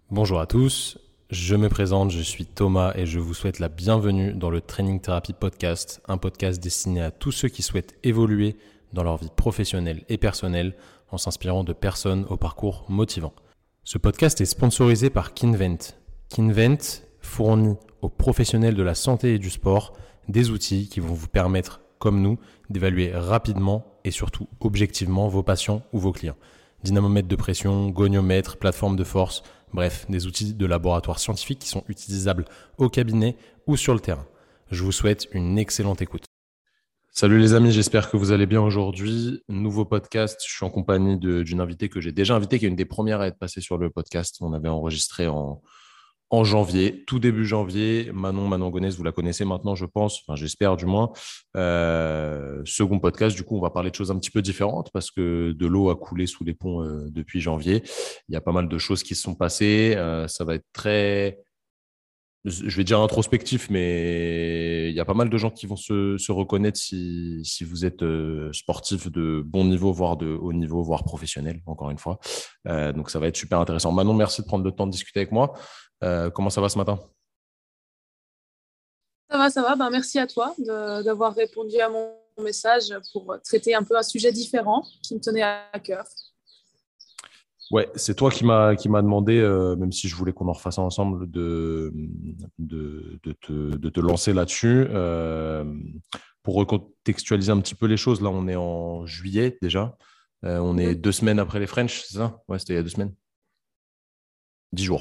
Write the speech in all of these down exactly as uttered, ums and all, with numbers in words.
Bonjour à tous, je me présente, je suis Thomas et je vous souhaite la bienvenue dans le Training Therapy Podcast, un podcast destiné à tous ceux qui souhaitent évoluer dans leur vie professionnelle et personnelle en s'inspirant de personnes au parcours motivant. Ce podcast est sponsorisé par Kinvent. Kinvent fournit aux professionnels de la santé et du sport des outils qui vont vous permettre, comme nous, d'évaluer rapidement et surtout objectivement vos patients ou vos clients. Dynamomètre de pression, goniomètre, plateforme de force, bref, des outils de laboratoire scientifique qui sont utilisables au cabinet ou sur le terrain. Je vous souhaite une excellente écoute. Salut les amis, j'espère que vous allez bien aujourd'hui. Nouveau podcast, je suis en compagnie de, d'une invitée que j'ai déjà invitée, qui est une des premières à être passée sur le podcast. On avait enregistré en, en janvier, tout début janvier. Manon, Manon Gonès, vous la connaissez maintenant, je pense, enfin j'espère du moins. Euh, second podcast, du coup, on va parler de choses un petit peu différentes parce que de l'eau a coulé sous les ponts euh, depuis janvier. Il y a pas mal de choses qui se sont passées. Euh, ça va être très, je vais dire introspectif, mais il y a pas mal de gens qui vont se, se reconnaître si, si vous êtes euh, sportif de bon niveau, voire de haut niveau, voire professionnel, encore une fois. Euh, donc, ça va être super intéressant. Manon, merci de prendre le temps de discuter avec moi. Euh, comment ça va ce matin? Ça va, ça va. Ben, merci à toi de- d'avoir répondu à mon message pour traiter un peu un sujet différent qui me tenait à cœur. Ouais, c'est toi qui m'a qui m'a demandé, euh, même si je voulais qu'on en refasse ensemble, de, de, de te, de te lancer là-dessus. Euh, pour recontextualiser un petit peu les choses, là, on est en juillet déjà. Euh, on est Mhm. deux semaines après les French, c'est ça? Ouais, c'était il y a deux semaines. Dix jours.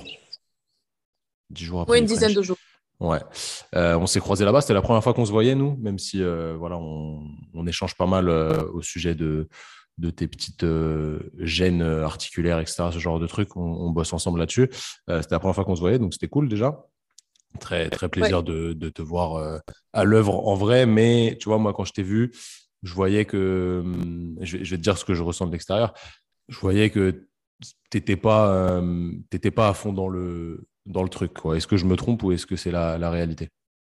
Dix jours après Oui, les une dizaine French. de jours. Ouais. Euh, on s'est croisés là-bas. C'était la première fois qu'on se voyait, nous, même si euh, voilà, on, on échange pas mal euh, au sujet de, de tes petites euh, gènes euh, articulaires, et cetera, ce genre de trucs. On, on bosse ensemble là-dessus. Euh, c'était la première fois qu'on se voyait, donc c'était cool déjà. Très, très Oui. plaisir de, de te voir euh, à l'œuvre en vrai. Mais tu vois, moi, quand je t'ai vu, je voyais que, hum, je vais, je vais te dire ce que je ressens de l'extérieur. Je voyais que t'étais pas, euh, t'étais pas à fond dans le, dans le truc, quoi. Est-ce que je me trompe ou est-ce que c'est la, la réalité?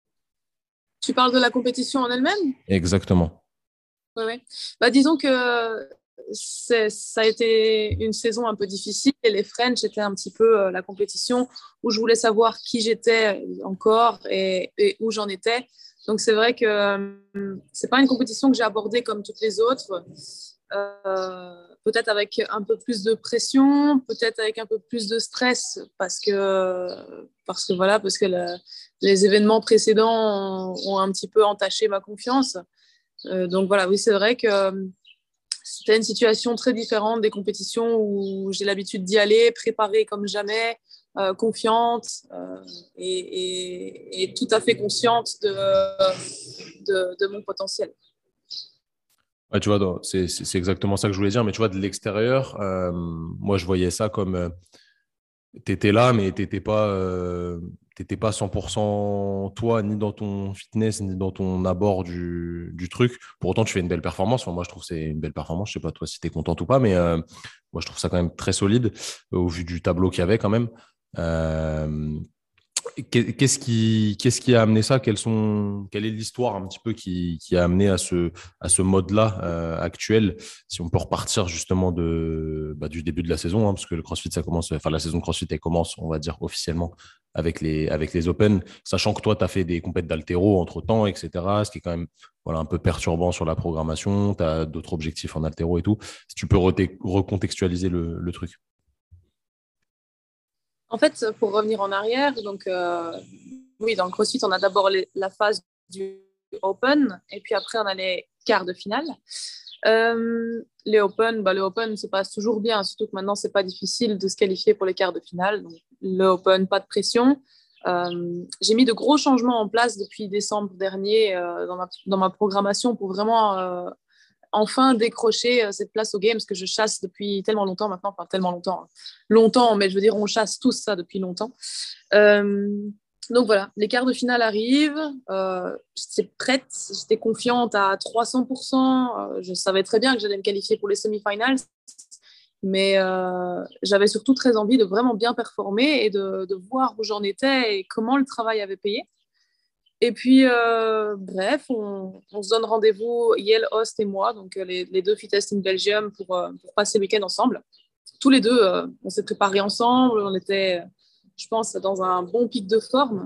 Tu parles de la compétition en elle-même? Exactement. Oui, oui. Bah, disons que c'est, ça a été une saison un peu difficile et les French étaient un petit peu euh, la compétition où je voulais savoir qui j'étais encore et, et où j'en étais. Donc c'est vrai que euh, c'est pas une compétition que j'ai abordée comme toutes les autres. Euh, peut-être avec un peu plus de pression, peut-être avec un peu plus de stress parce que parce que voilà parce que le- les événements précédents ont, ont un petit peu entaché ma confiance. Euh, donc voilà, oui, c'est vrai que euh, c'était une situation très différente des compétitions où j'ai l'habitude d'y aller, préparée comme jamais, euh, confiante euh, et, et- et tout à fait consciente de, de, de mon potentiel. Ouais, tu vois, dans- c'est c'est- c'est exactement ça que je voulais dire. Mais tu vois, de l'extérieur, euh, moi, je voyais ça comme euh, t'étais là, mais t'étais pas, euh, t'étais pas cent pour cent toi, ni dans ton fitness, ni dans ton abord du, du truc. Pour autant, tu fais une belle performance. Enfin, moi, je trouve que c'est une belle performance. Je sais pas toi si t'es contente ou pas, mais euh, moi, je trouve ça quand même très solide euh, au vu du tableau qu'il y avait quand même. Euh, Qu'est-ce qui, qu'est-ce qui a amené ça? Quelles sont, quelle est l'histoire un petit peu qui, qui a amené à ce, à ce mode-là euh, actuel? Si on peut repartir justement de, bah, du début de la saison, hein, parce que le CrossFit, ça commence, enfin la saison de CrossFit, elle commence, on va dire officiellement avec les, avec les Open, sachant que toi, tu as fait des compètes d'haltéro entre-temps, et cetera, ce qui est quand même voilà, un peu perturbant sur la programmation. Tu as d'autres objectifs en haltéro et tout. Si tu peux re- recontextualiser le, le truc. En fait, pour revenir en arrière, donc euh, oui, dans le CrossFit, on a d'abord les- la phase du Open et puis après on a les quarts de finale. Euh, les Open, bah, le Open se passe toujours bien, surtout que maintenant c'est pas difficile de se qualifier pour les quarts de finale. Donc, le Open, pas de pression. Euh, j'ai mis de gros changements en place depuis décembre dernier euh, dans, ma, dans ma programmation pour vraiment euh, enfin décrocher euh, cette place au Games que je chasse depuis tellement longtemps maintenant, enfin tellement longtemps, hein. Longtemps, mais je veux dire, on chasse tous ça depuis longtemps. Euh, donc voilà, les quarts de finale arrivent, euh, j'étais prête, j'étais confiante à trois cents pour cent, euh, je savais très bien que j'allais me qualifier pour les semi-finals, mais euh, j'avais surtout très envie de vraiment bien performer et de, de voir où j'en étais et comment le travail avait payé. Et puis, euh, bref, on, on se donne rendez-vous, Yael Host et moi, donc euh, les, les deux Fittest in Belgium, pour, euh, pour passer le week-end ensemble. Tous les deux, euh, on s'est préparés ensemble, on était je pense, dans un bon pic de forme.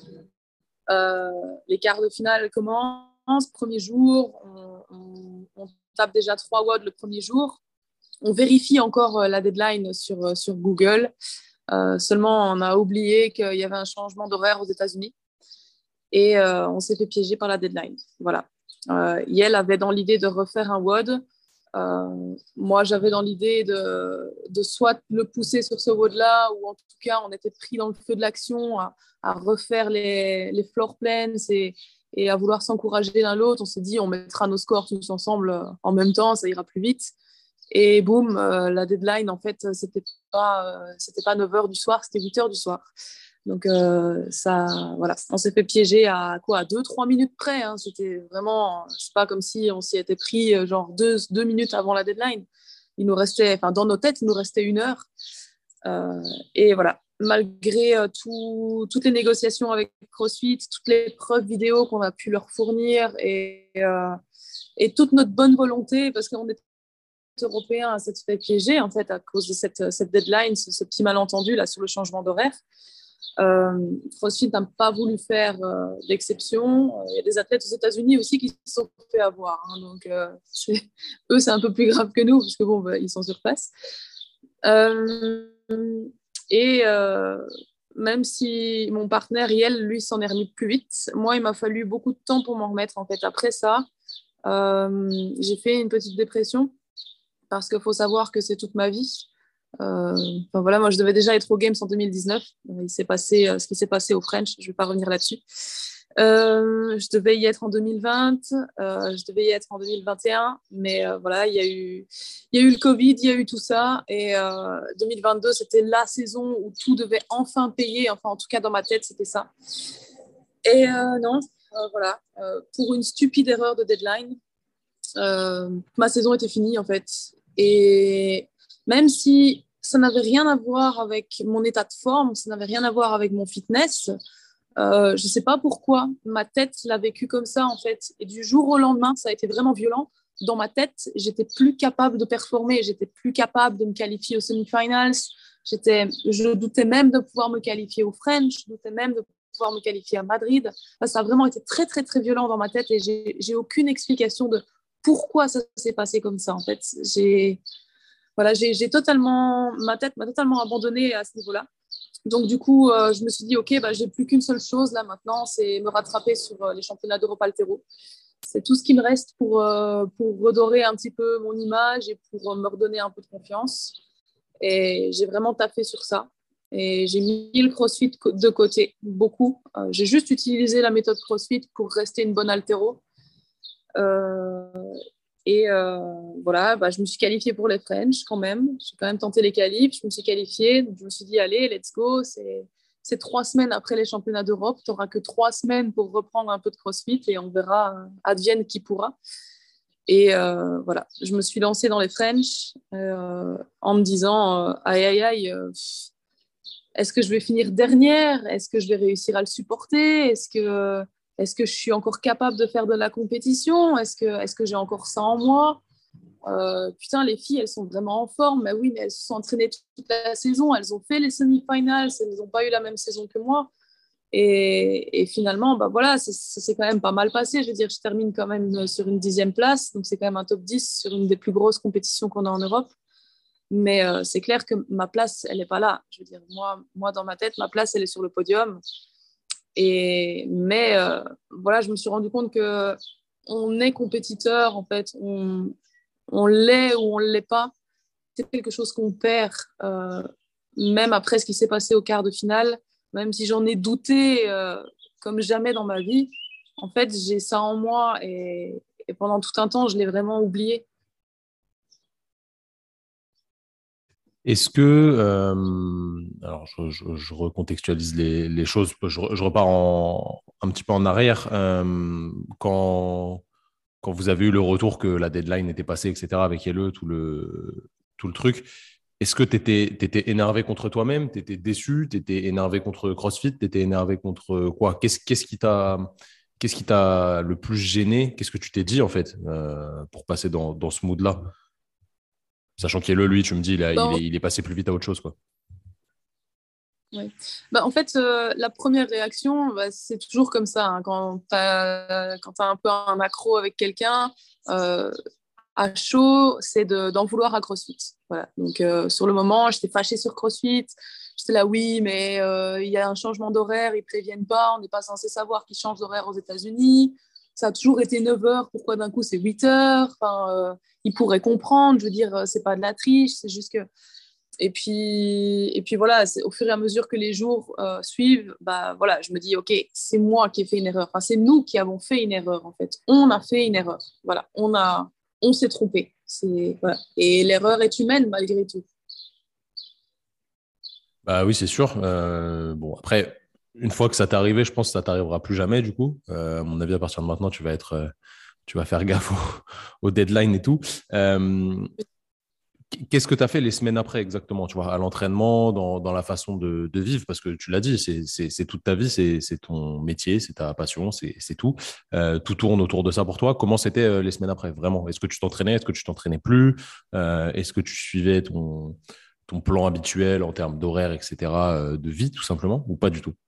Euh, les quarts de finale commencent, premier jour, on, on, on tape déjà trois W O D le premier jour. On vérifie encore la deadline sur, sur Google. Euh, seulement, on a oublié qu'il y avait un changement d'horaire aux États-Unis et euh, on s'est fait piéger par la deadline. Voilà. Euh, Yael avait dans l'idée de refaire un W O D. Euh, moi, j'avais dans l'idée de, de soit le pousser sur ce W O D-là, ou en tout cas, on était pris dans le feu de l'action à, à refaire les, les floor plans et, et à vouloir s'encourager l'un l'autre. On s'est dit, on mettra nos scores tous ensemble en même temps, ça ira plus vite. Et boum, euh, la deadline, en fait, c'était pas, euh, c'était pas neuf heures du soir, c'était huit heures du soir. Donc, euh, ça, voilà, on s'est fait piéger à quoi, à deux trois minutes près. Hein. C'était vraiment, c'est pas comme si on s'y était pris genre deux, deux minutes avant la deadline. Il nous restait, enfin, dans nos têtes, il nous restait une heure. Euh, et voilà, malgré euh, tout, toutes les négociations avec CrossFit, toutes les preuves vidéo qu'on a pu leur fournir et, euh, et toute notre bonne volonté, parce qu'on était européen à s'être fait piéger en fait à cause de cette, cette deadline, ce, ce petit malentendu là sur le changement d'horaire. Euh, CrossFit n'a pas voulu faire euh, d'exception. Il y a des athlètes aux États-Unis aussi qui se sont fait avoir. Hein, donc, euh, c'est, eux, c'est un peu plus grave que nous parce que bon, bah, ils sont sur place. Euh, et euh, même si mon partenaire, Yael, lui, s'en est remis plus vite, moi, il m'a fallu beaucoup de temps pour m'en remettre. En fait, après ça, euh, j'ai fait une petite dépression parce qu'il faut savoir que c'est toute ma vie. Euh, enfin, voilà, moi, je devais déjà être aux Games en deux mille dix-neuf. Il s'est passé euh, ce qui s'est passé au French. Je ne vais pas revenir là-dessus. Euh, je devais y être en deux mille vingt. Euh, je devais y être en deux mille vingt et un. Mais euh, voilà, il y a eu, il y a eu le Covid, il y a eu tout ça. Et euh, deux mille vingt-deux, c'était la saison où tout devait enfin payer. Enfin, en tout cas, dans ma tête, c'était ça. Et euh, non, euh, voilà. Euh, pour une stupide erreur de deadline, euh, ma saison était finie, en fait. Et même si ça n'avait rien à voir avec mon état de forme, ça n'avait rien à voir avec mon fitness, euh, je ne sais pas pourquoi, ma tête l'a vécu comme ça en fait. Et du jour au lendemain, ça a été vraiment violent. Dans ma tête, j'étais plus capable de performer, j'étais plus capable de me qualifier aux semi-finals. J'étais, je doutais même de pouvoir me qualifier au French, je doutais même de pouvoir me qualifier à Madrid. Enfin, ça a vraiment été très très très violent dans ma tête et j'ai, j'ai aucune explication de pourquoi ça s'est passé comme ça en fait. J'ai voilà, j'ai, j'ai totalement, ma tête m'a totalement abandonnée à ce niveau-là. Donc, du coup, euh, je me suis dit, OK, bah, j'ai plus qu'une seule chose là maintenant, c'est me rattraper sur euh, les championnats d'Europe Altero. C'est tout ce qui me reste pour, euh, pour redorer un petit peu mon image et pour euh, me redonner un peu de confiance. Et j'ai vraiment taffé sur ça. Et j'ai mis le CrossFit de côté, beaucoup. Euh, j'ai juste utilisé la méthode CrossFit pour rester une bonne altéro. Euh, Et euh, voilà, bah, je me suis qualifiée pour les French quand même. J'ai quand même tenté les qualifs, je me suis qualifiée. Donc je me suis dit, allez, let's go. C'est, c'est trois semaines après les championnats d'Europe. Tu n'auras que trois semaines pour reprendre un peu de CrossFit et on verra, euh, advienne qui pourra. Et euh, voilà, je me suis lancée dans les French euh, en me disant, euh, aïe, aïe, aïe, euh, est-ce que je vais finir dernière? Est-ce que je vais réussir à le supporter? Est-ce que, est-ce que je suis encore capable de faire de la compétition? Est-ce que, est-ce que j'ai encore ça en moi? Euh, putain, les filles, elles sont vraiment en forme. Mais oui, mais elles se sont entraînées toute la saison. Elles ont fait les semi-finals. Elles n'ont pas eu la même saison que moi. Et, et finalement, bah voilà, ça s'est quand même pas mal passé. Je veux dire, je termine quand même sur une dixième place. Donc, c'est quand même un top dix sur une des plus grosses compétitions qu'on a en Europe. Mais euh, c'est clair que ma place, elle n'est pas là. Je veux dire, moi, moi, dans ma tête, ma place, elle est sur le podium. Et, mais euh, voilà, je me suis rendu compte que on est compétiteur, en fait. On, on l'est ou on ne l'est pas. C'est quelque chose qu'on perd, euh, même après ce qui s'est passé au quart de finale. Même si j'en ai douté euh, comme jamais dans ma vie, en fait, j'ai ça en moi. Et, et pendant tout un temps, je l'ai vraiment oublié. Est-ce que, euh, alors je, je- je recontextualise les, les choses, je, je repars en- un petit peu en arrière. Euh, quand, quand vous avez eu le retour que la deadline était passée, et cetera, avec Yelle, tout le, tout le truc, est-ce que tu étais énervé contre toi-même, tu étais déçu, tu étais énervé contre CrossFit, tu étais énervé contre quoi? Qu'est-ce qu'est-ce qui t'a, qu'est-ce qui t'a le plus gêné? Qu'est-ce que tu t'es dit en fait euh, pour passer dans, dans ce mood-là? Sachant qu'il est le lui, tu me dis, il, a- il Bon, est, il est passé plus vite à autre chose, quoi. Ouais. Bah, en fait, euh, la première réaction, bah, c'est toujours comme ça, hein. Quand tu as, quand t'as un peu un accro avec quelqu'un, euh, à chaud, c'est de, d'en vouloir à CrossFit. Voilà. Donc, euh, sur le moment, j'étais fâchée sur CrossFit. J'étais là, oui, mais euh, il y a un changement d'horaire, ils ne préviennent pas, on n'est pas censé savoir qu'ils changent d'horaire aux États-Unis. Ça a toujours été neuf heures, pourquoi d'un coup c'est huit heures? Enfin, euh, ils pourraient comprendre, je veux dire, euh, c'est pas de la triche, c'est juste que. Et puis, et puis voilà, c'est, au fur et à mesure que les jours euh, suivent, bah, voilà, je me dis, OK, c'est moi qui ai fait une erreur. Enfin, c'est nous qui avons fait une erreur, en fait. On a fait une erreur. Voilà, on, a, on s'est trompé. C'est, voilà. Et l'erreur est humaine, malgré tout. Bah oui, c'est sûr. Euh, bon, après, une fois que ça t'est arrivé, je pense que ça t'arrivera plus jamais, du coup. Euh, à mon avis, à partir de maintenant, tu vas être, euh, tu vas faire gaffe au, au deadline et tout. Euh, Qu'est-ce que tu as fait les semaines après exactement, tu vois, à l'entraînement, dans, dans la façon de, de vivre, parce que tu l'as dit, c'est c'est- c'est toute ta vie, c'est c'est ton métier, c'est ta passion, c'est c'est tout. Euh, tout tourne autour de ça pour toi. Comment c'était euh, les semaines après, vraiment? Est-ce que tu t'entraînais? Est-ce que tu t'entraînais plus? Euh, est-ce que tu suivais ton, ton plan habituel en termes d'horaire, et cetera, euh, de vie, tout simplement, ou pas du tout?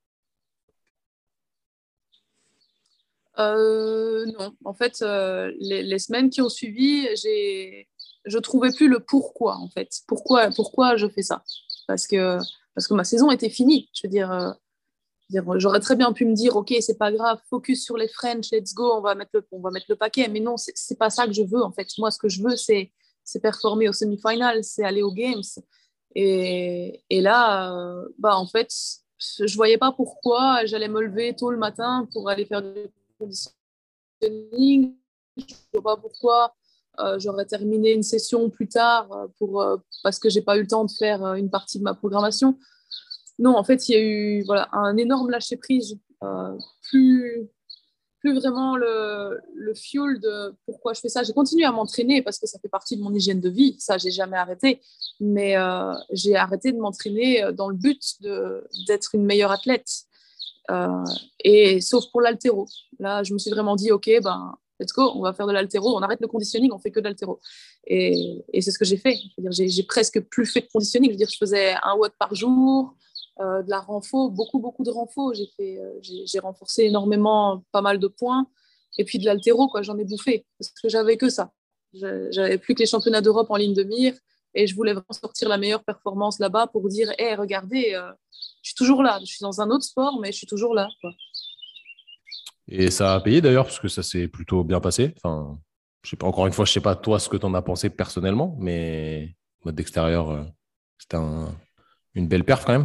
Euh, non, en fait, euh, les, les semaines qui ont suivi, j'ai, je trouvais plus le pourquoi, en fait. Pourquoi, pourquoi je fais ça? Parce que, parce que ma saison était finie. Je veux dire, euh, dire, j'aurais très bien pu me dire, OK, c'est pas grave, focus sur les French, let's go, on va mettre le, on va mettre le paquet. Mais non, c'est c'est pas ça que je veux, en fait. Moi, ce que je veux, c'est c'est performer au semi-final, c'est aller aux Games. Et, et là, euh, bah, en fait, je voyais pas pourquoi j'allais me lever tôt le matin pour aller faire du conditioning. Je vois pas pourquoi euh, j'aurais terminé une session plus tard euh, pour, euh, parce que j'ai pas eu le temps de faire euh, une partie de ma programmation. Non, en fait, il y a eu voilà, un énorme lâcher-prise. Euh, plus, plus vraiment le, le fuel de pourquoi je fais ça. J'ai continué à m'entraîner parce que ça fait partie de mon hygiène de vie. Ça, j'ai jamais arrêté. Mais euh, j'ai arrêté de m'entraîner dans le but de, d'être une meilleure athlète. Euh, et sauf pour l'haltéro. Là, je me suis vraiment dit, OK, ben, let's go, on va faire de l'haltéro. On arrête le conditioning, on fait que de l'haltéro. Et, et c'est ce que j'ai fait. Je veux dire, j'ai, j'ai presque plus fait de conditioning. Je veux dire, je faisais un watt par jour, euh, de la renfo, beaucoup, beaucoup de renfo. J'ai, fait, euh, j'ai, j'ai renforcé énormément, pas mal de points. Et puis de l'haltéro, quoi, j'en ai bouffé. Parce que j'avais que ça. Je, j'avais plus que les championnats d'Europe en ligne de mire. Et je voulais vraiment sortir la meilleure performance là-bas pour dire, hé, hey, regardez, euh, je suis toujours là. Je suis dans un autre sport, mais je suis toujours là, quoi. Et ça a payé d'ailleurs, parce que ça s'est plutôt bien passé. Enfin, je sais pas, encore une fois, je sais pas toi ce que tu en as pensé personnellement, mais mode d'extérieur, euh, c'était un- une belle perf quand même.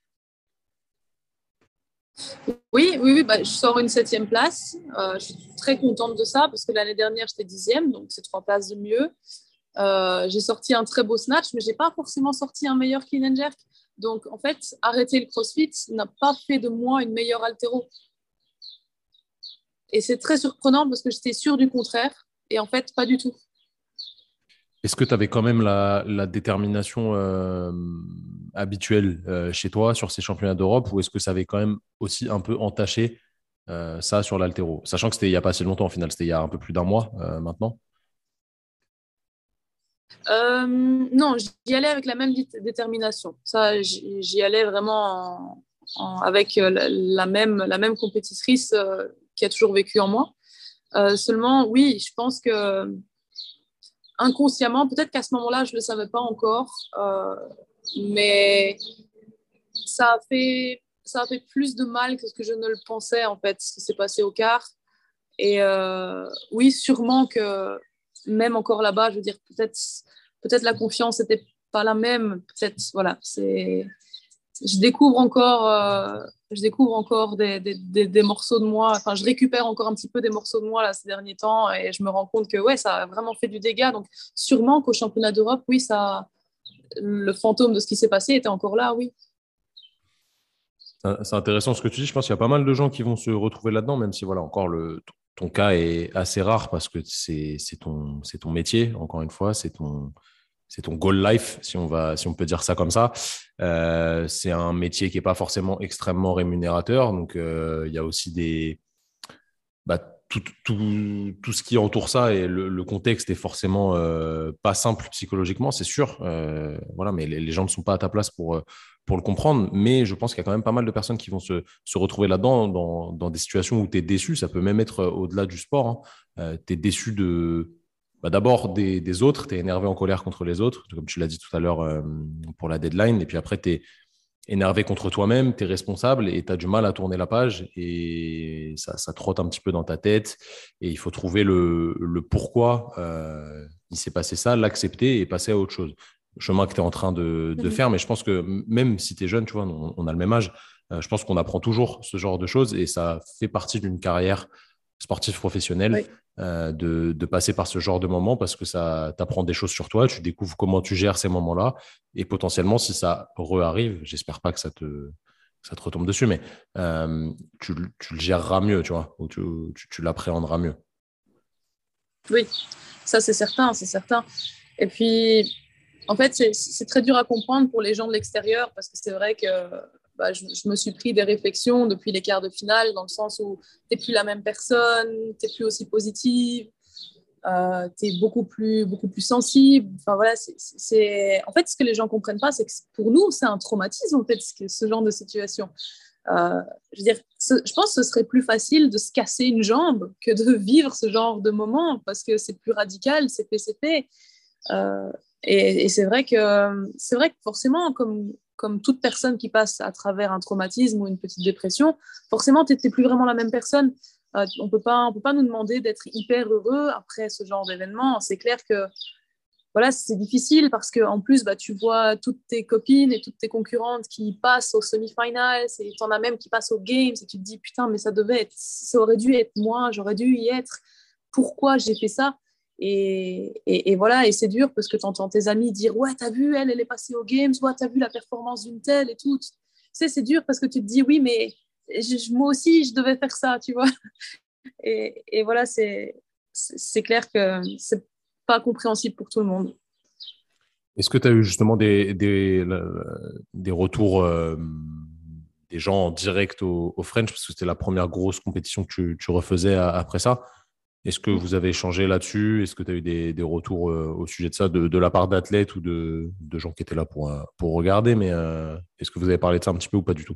Oui, oui, oui, bah, je sors une septième place. Euh, je suis très contente de ça parce que l'année dernière, j'étais dixième, donc c'est trois places de mieux. Euh, j'ai sorti un très beau snatch, mais j'ai pas forcément sorti un meilleur clean and jerk. Donc, en fait, arrêter le CrossFit n'a pas fait de moi une meilleure haltéro. Et c'est très surprenant parce que j'étais sûre du contraire. Et en fait, pas du tout. Est-ce que tu avais quand même la, la détermination euh, habituelle euh, chez toi sur ces championnats d'Europe, ou est-ce que ça avait quand même aussi un peu entaché euh, ça sur l'haltéro? Sachant que c'était il n'y a pas si longtemps, au final, c'était il y a un peu plus d'un mois euh, maintenant. Euh, non, j'y allais avec la même détermination. Ça, j'y j'y allais vraiment en- en- avec euh, la, la même, la même compétitrice euh, qui a toujours vécu en moi. Euh, seulement, oui, je pense que inconsciemment, peut-être qu'à ce moment-là, je ne le savais pas encore, euh, mais ça a fait, ça a fait plus de mal que ce que je ne le pensais, en fait, ce qui s'est passé au quart. Et euh, oui, sûrement que même encore là-bas, je veux dire, peut-être peut-être la confiance n'était pas la même. Peut-être, voilà, c'est, je découvre encore, euh, je découvre encore des, des, des, des morceaux de moi. Enfin, je récupère encore un petit peu des morceaux de moi là ces derniers temps et je me rends compte que ouais, ça a vraiment fait du dégât. Donc, sûrement qu'au championnat d'Europe, oui, ça, le fantôme de ce qui s'est passé était encore là, oui. C'est c'est intéressant ce que tu dis. Je pense qu'il y a pas mal de gens qui vont se retrouver là-dedans, même si voilà, encore le, ton cas est assez rare parce que c'est c'est ton, c'est ton métier, encore une fois, c'est ton, c'est ton goal life, si on va, si on peut dire ça comme ça. Euh, c'est un métier qui n'est pas forcément extrêmement rémunérateur. Donc, euh, il y a aussi des, bah, tout, tout, tout ce qui entoure ça et le, le contexte est forcément euh, pas simple psychologiquement, c'est sûr. Euh, voilà, mais les, les gens ne sont pas à ta place pour, euh, pour le comprendre, mais je pense qu'il y a quand même pas mal de personnes qui vont se, se retrouver là-dedans, dans, dans des situations où tu es déçu. Ça peut même être au-delà du sport. Hein. Euh, tu es déçu de, bah, d'abord des, des autres, tu es énervé en colère contre les autres, comme tu l'as dit tout à l'heure euh, pour la deadline, et puis après, tu es énervé contre toi-même, tu es responsable et tu as du mal à tourner la page et ça, ça trotte un petit peu dans ta tête et il faut trouver le, le pourquoi euh, il s'est passé ça, l'accepter et passer à autre chose. Le chemin que tu es en train de, de faire, mais je pense que même si tu es jeune, tu vois, on, on a le même âge, euh, je pense qu'on apprend toujours ce genre de choses et ça fait partie d'une carrière sportive professionnelle Oui. euh, de, de passer par ce genre de moment parce que ça t'apprend des choses sur toi, tu découvres comment tu gères ces moments-là et potentiellement, si ça re-arrive, j'espère pas que ça te, ça te retombe dessus, mais euh, tu, tu le géreras mieux, tu vois, ou tu, tu, tu l'appréhenderas mieux. Oui, ça c'est certain, c'est certain. Et puis, en fait, c'est, c'est très dur à comprendre pour les gens de l'extérieur parce que c'est vrai que bah, je, je me suis pris des réflexions depuis les quarts de finale dans le sens où tu n'es plus la même personne, tu n'es plus aussi positive, euh, tu es beaucoup plus, beaucoup plus sensible. Enfin, voilà, c'est, c'est... En fait, ce que les gens ne comprennent pas, c'est que pour nous, c'est un traumatisme, en fait, ce, ce genre de situation. Euh, je veux dire, ce, je pense que ce serait plus facile de se casser une jambe que de vivre ce genre de moment parce que c'est plus radical, c'est P C P. Euh, et, et c'est vrai que c'est vrai que forcément, comme, comme toute personne qui passe à travers un traumatisme ou une petite dépression, forcément, tu n'es plus vraiment la même personne. Euh, on peut pas, on peut pas nous demander d'être hyper heureux après ce genre d'événement. C'est clair que voilà, c'est difficile parce que en plus, bah, tu vois toutes tes copines et toutes tes concurrentes qui passent aux semi-finals et tu en as même qui passent aux games et tu te dis putain, mais ça devait être, ça aurait dû être moi, j'aurais dû y être. Pourquoi j'ai fait ça? Et, et, et, voilà, et c'est dur parce que tu entends tes amis dire ouais, t'as vu, elle, elle est passée aux games, ouais, t'as vu la performance d'une telle et tout. Tu sais, c'est dur parce que tu te dis oui, mais je, moi aussi, je devais faire ça, tu vois. Et, et voilà, c'est, c'est clair que c'est pas compréhensible pour tout le monde. Est-ce que tu as eu justement des, des, des retours euh, des gens en direct au, au French, parce que c'était la première grosse compétition que tu, tu refaisais à- après ça? Est-ce que vous avez échangé là-dessus? Est-ce que tu as eu des, des retours euh, au sujet de ça de, de la part d'athlètes ou de, de gens qui étaient là pour, euh, pour regarder? Mais euh, est-ce que vous avez parlé de ça un petit peu ou pas du tout?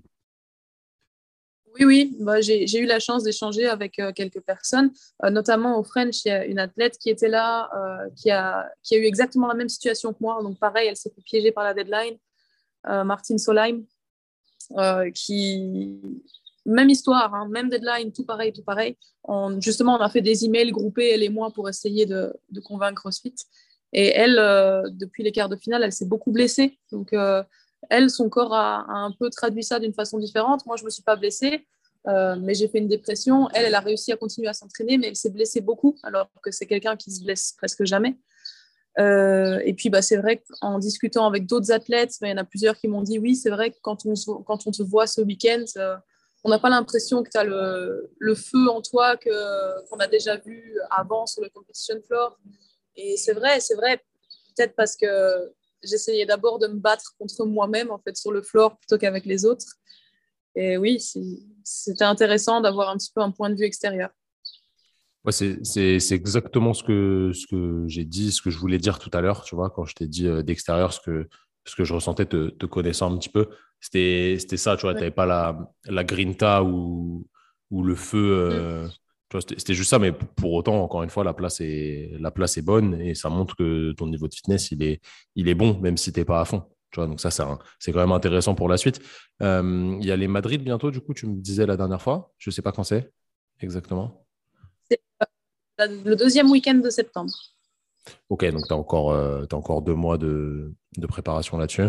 Oui, oui, bah, j'ai, j'ai eu la chance d'échanger avec euh, quelques personnes, euh, notamment au French, il y a une athlète qui était là, euh, qui a, qui a eu exactement la même situation que moi. Donc pareil, elle s'est fait piéger par la deadline, euh, Martine Solheim, euh, qui... Même histoire, hein, même deadline, tout pareil, tout pareil. On, justement, on a fait des emails groupés, elle et moi, pour essayer de, de convaincre CrossFit. Et elle, euh, depuis les quarts de finale, elle s'est beaucoup blessée. Donc, euh, elle, son corps a, a, un peu traduit ça d'une façon différente. Moi, je ne me suis pas blessée, euh, mais j'ai fait une dépression. Elle, elle a réussi à continuer à s'entraîner, mais elle s'est blessée beaucoup, alors que c'est quelqu'un qui se blesse presque jamais. Euh, et puis, bah, c'est vrai qu'en discutant avec d'autres athlètes, bah, il y en a plusieurs qui m'ont dit oui, c'est vrai que quand on, quand on te voit ce week-end, euh, on n'a pas l'impression que tu as le, le feu en toi que, qu'on a déjà vu avant sur le competition floor. Et c'est vrai, c'est vrai, peut-être parce que j'essayais d'abord de me battre contre moi-même en fait sur le floor plutôt qu'avec les autres. Et oui, c'est, c'était intéressant d'avoir un petit peu un point de vue extérieur. Ouais, c'est, c'est, c'est exactement ce que, ce que j'ai dit, ce que je voulais dire tout à l'heure, tu vois, quand je t'ai dit euh, d'extérieur, ce que, ce que je ressentais te, te connaissant un petit peu. C'était, c'était ça, tu vois, tu Ouais. n'avais pas la, la grinta ou, ou le feu. Mm. Euh, tu vois, c'était, c'était juste ça, mais pour autant, encore une fois, la place est, la place est bonne et ça montre que ton niveau de fitness, il est, il est bon, même si tu n'es pas à fond. Tu vois, donc ça, c'est, un- c'est quand même intéressant pour la suite. Euh, Il y a les Madrid bientôt, du coup, tu me disais la dernière fois. Je ne sais pas quand c'est exactement. C'est le deuxième week-end de septembre. Ok, donc tu as encore, euh, t'as encore deux mois de, de préparation là-dessus.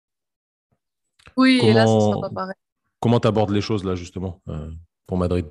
Oui, et là, ce ne sera pas Comment pareil. comment tu abordes les choses là, justement, euh, pour Madrid?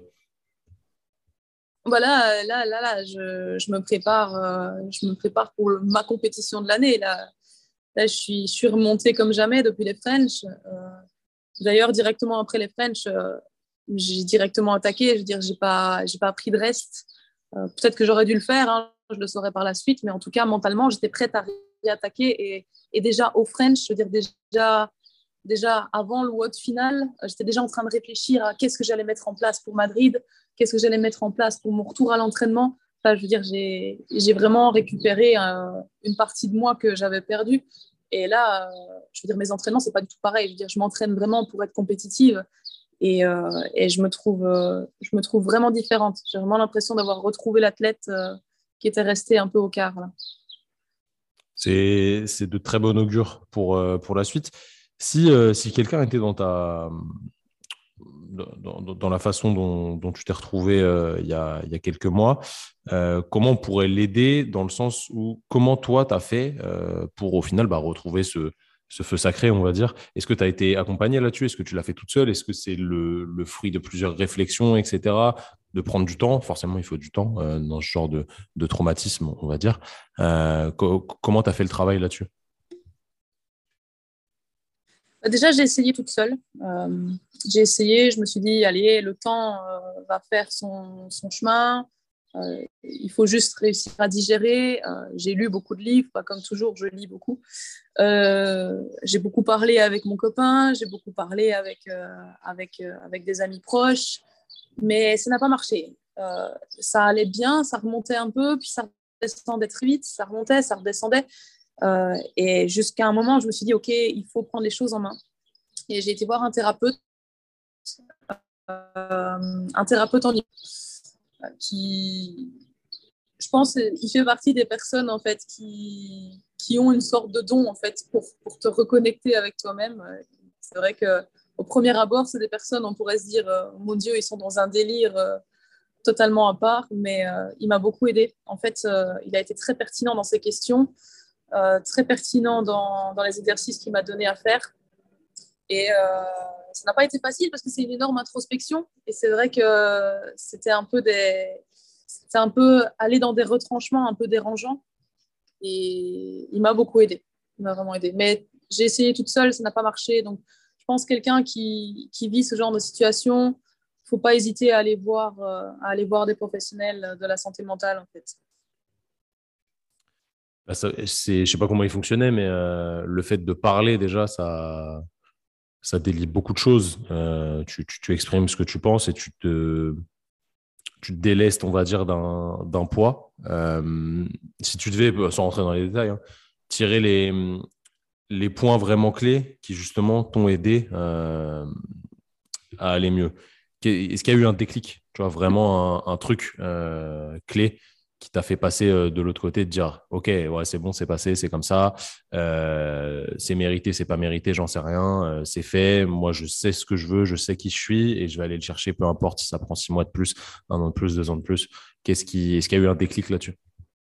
Voilà, là, là, là, je, je me prépare, euh, je me prépare pour le- ma compétition de l'année. Là, là, je suis, je suis remontée comme jamais depuis les French. Euh, d'ailleurs, directement après les French, euh, j'ai directement attaqué. Je veux dire, j'ai pas, j'ai pas pris de reste. Euh, peut-être que j'aurais dû le faire, hein, je le saurais par la suite, mais en tout cas, mentalement, j'étais prête à réattaquer. Et, et déjà au French, je veux dire, déjà, déjà avant le WOD final, euh, j'étais déjà en train de réfléchir à qu'est-ce que j'allais mettre en place pour Madrid, qu'est-ce que j'allais mettre en place pour mon retour à l'entraînement. Enfin, je veux dire, j'ai, j'ai vraiment récupéré euh, une partie de moi que j'avais perdue. Et là, euh, je veux dire, mes entraînements, c'est pas du tout pareil. Je veux dire, je m'entraîne vraiment pour être compétitive et, euh, et je, me trouve, euh, je me trouve vraiment différente. J'ai vraiment l'impression d'avoir retrouvé l'athlète euh, qui était resté un peu au quart. Là. C'est, c'est de très bon augure pour, euh, pour la suite. Si, euh, si quelqu'un était dans ta, dans, dans- dans la façon dont, dont tu t'es retrouvé euh, il y a, il y a quelques mois, euh, comment on pourrait l'aider dans le sens où comment toi tu as fait euh, pour au final bah, retrouver ce, ce feu sacré, on va dire. Est-ce que tu as été accompagné là-dessus? Est-ce que tu l'as fait toute seule? Est-ce que c'est le, le fruit de plusieurs réflexions, et cetera. De prendre du temps? Forcément, il faut du temps euh, dans ce genre de, de traumatisme, on va dire. Euh, co- comment tu as fait le travail là-dessus? Déjà, j'ai essayé toute seule. Euh, j'ai essayé, je me suis dit, allez, le temps euh, va faire son, son chemin. Euh, il faut juste réussir à digérer. Euh, j'ai lu beaucoup de livres, bah, comme toujours, je lis beaucoup. Euh, j'ai beaucoup parlé avec mon copain, j'ai beaucoup parlé avec, euh, avec, euh, avec des amis proches, mais ça n'a pas marché. Euh, ça allait bien, ça remontait un peu, puis ça redescendait très vite, ça remontait, ça redescendait. Euh, et jusqu'à un moment, je me suis dit, OK, il faut prendre les choses en main. Et j'ai été voir un thérapeute, euh, un thérapeute en qui, je pense, il fait partie des personnes en fait qui, qui ont une sorte de don en fait pour, pour te reconnecter avec toi-même. C'est vrai que au premier abord, c'est des personnes, on pourrait se dire, euh, mon Dieu, ils sont dans un délire euh, totalement à part, mais euh, il m'a beaucoup aidé. En fait, euh, il a été très pertinent dans ses questions, euh, très pertinent dans, dans les exercices qu'il m'a donné à faire. Et euh, ça n'a pas été facile parce que c'est une énorme introspection. Et c'est vrai que c'était un peu des, c'était un peu aller dans des retranchements un peu dérangeants. Et il m'a beaucoup aidé. Il m'a vraiment aidé. Mais j'ai essayé toute seule, ça n'a pas marché. Donc, je pense que quelqu'un qui, qui vit ce genre de situation, il ne faut pas hésiter à aller voir, euh, à aller voir des professionnels de la santé mentale, en fait. Bah, ça, c'est, je sais pas comment il fonctionnait, mais euh, le fait de parler déjà, ça, ça délie beaucoup de choses. Euh, tu, tu, tu exprimes ce que tu penses et tu te, tu te délestes, on va dire, d'un, d'un poids. Euh, si tu devais, bah, sans rentrer dans les détails, hein, tirer les, les points vraiment clés qui justement t'ont aidé euh, à aller mieux. Est-ce qu'il y a eu un déclic, tu vois, vraiment un, un truc euh, clé qui t'a fait passer euh, de l'autre côté, de dire, OK, ouais, c'est bon, c'est passé, c'est comme ça, euh, c'est mérité, c'est pas mérité, j'en sais rien, euh, c'est fait, moi je sais ce que je veux, je sais qui je suis et je vais aller le chercher, peu importe si ça prend six mois de plus, un an de plus, deux ans de plus. Qu'est-ce qui, est-ce qu'il y a eu un déclic là-dessus?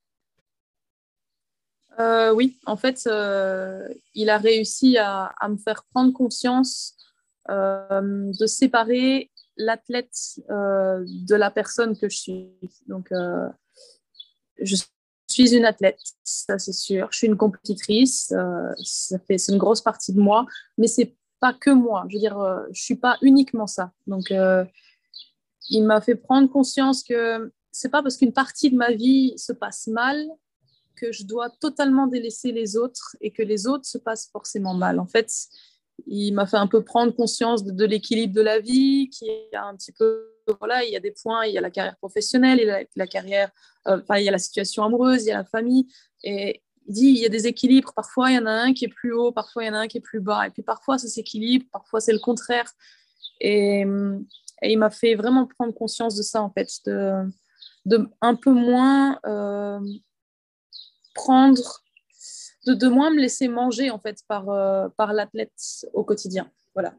Euh, oui, en fait, euh, il a réussi à, à me faire prendre conscience euh, de séparer l'athlète euh, de la personne que je suis. Donc, euh, je suis une athlète, ça c'est sûr. Je suis une compétitrice, euh, ça fait, c'est une grosse partie de moi, mais c'est pas que moi. Je veux dire, euh, je suis pas uniquement ça. Donc, euh, il m'a fait prendre conscience que c'est pas parce qu'une partie de ma vie se passe mal que je dois totalement délaisser les autres et que les autres se passent forcément mal. En fait, il m'a fait un peu prendre conscience de, de l'équilibre de la vie, qui est un petit peu, voilà, il y a des points, il y a la carrière professionnelle, il y a la, la carrière, euh, enfin, il y a la situation amoureuse, il y a la famille, et il dit, il y a des équilibres, parfois il y en a un qui est plus haut, parfois il y en a un qui est plus bas, et puis parfois ça s'équilibre, parfois c'est le contraire, et, et il m'a fait vraiment prendre conscience de ça, en fait, de, de un peu moins euh, prendre, de, de moins me laisser manger en fait par, euh, par l'athlète au quotidien. Voilà.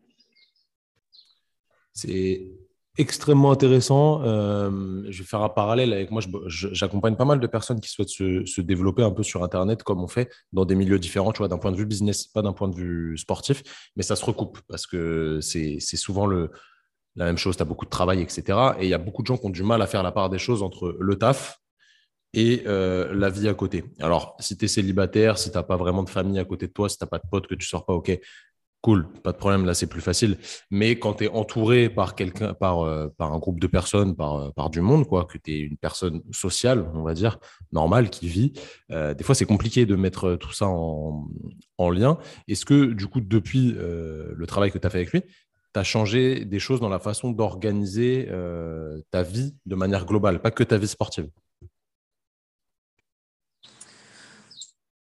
C'est extrêmement intéressant. Euh, je vais faire un parallèle avec moi. je- je- J'accompagne pas mal de personnes qui souhaitent se, se développer un peu sur Internet, comme on fait, dans des milieux différents, tu vois, d'un point de vue business, pas d'un point de vue sportif, mais ça se recoupe parce que c'est c'est souvent le, la même chose. Tu as beaucoup de travail, et cetera. Et il y a beaucoup de gens qui ont du mal à faire la part des choses entre le taf et euh, la vie à côté. Alors, si tu es célibataire, si tu n'as pas vraiment de famille à côté de toi, si tu n'as pas de potes, que tu sors pas, ok, cool, pas de problème, là c'est plus facile. Mais quand tu es entouré par quelqu'un, par, euh, par un groupe de personnes, par, euh, par du monde, quoi, que tu es une personne sociale, on va dire, normale, qui vit, euh, des fois c'est compliqué de mettre euh, tout ça en, en lien. Est-ce que du coup, depuis euh, le travail que tu as fait avec lui, tu as changé des choses dans la façon d'organiser euh, ta vie de manière globale, pas que ta vie sportive?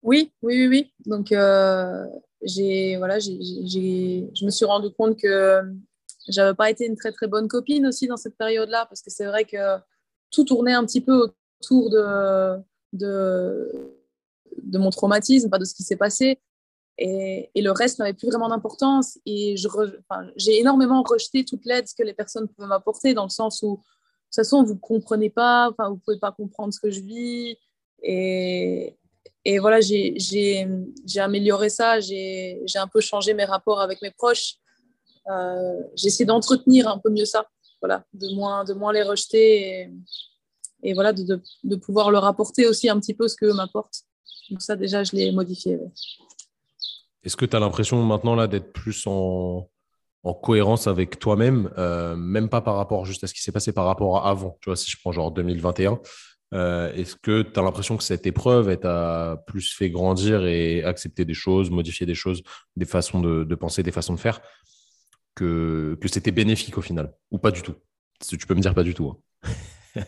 Oui, oui, oui, oui. Donc, euh, j'ai, voilà, j'ai, j'ai, je me suis rendu compte que j'avais pas été une très, très bonne copine aussi dans cette période-là, parce que c'est vrai que tout tournait un petit peu autour de, de, de mon traumatisme, pas de ce qui s'est passé. Et, et le reste n'avait plus vraiment d'importance. Et je re, enfin, j'ai énormément rejeté toute l'aide que les personnes pouvaient m'apporter, dans le sens où, de toute façon, vous ne comprenez pas, enfin, vous ne pouvez pas comprendre ce que je vis. Et, et voilà, j'ai, j'ai, j'ai amélioré ça, j'ai, j'ai un peu changé mes rapports avec mes proches. Euh, j'ai essayé d'entretenir un peu mieux ça, voilà, de moins, de moins les rejeter et, et voilà, de, de, de pouvoir leur apporter aussi un petit peu ce qu'eux m'apportent. Donc ça, déjà, je l'ai modifié. Ouais. Est-ce que tu as l'impression maintenant là d'être plus en, en cohérence avec toi-même, euh, même pas par rapport juste à ce qui s'est passé par rapport à avant, tu vois, si je prends genre deux mille vingt et un, euh, est-ce que tu as l'impression que cette épreuve, elle t'a plus fait grandir et accepter des choses, modifier des choses, des façons de, de penser, des façons de faire, que, que c'était bénéfique au final, ou pas du tout? Tu peux me dire pas du tout, hein.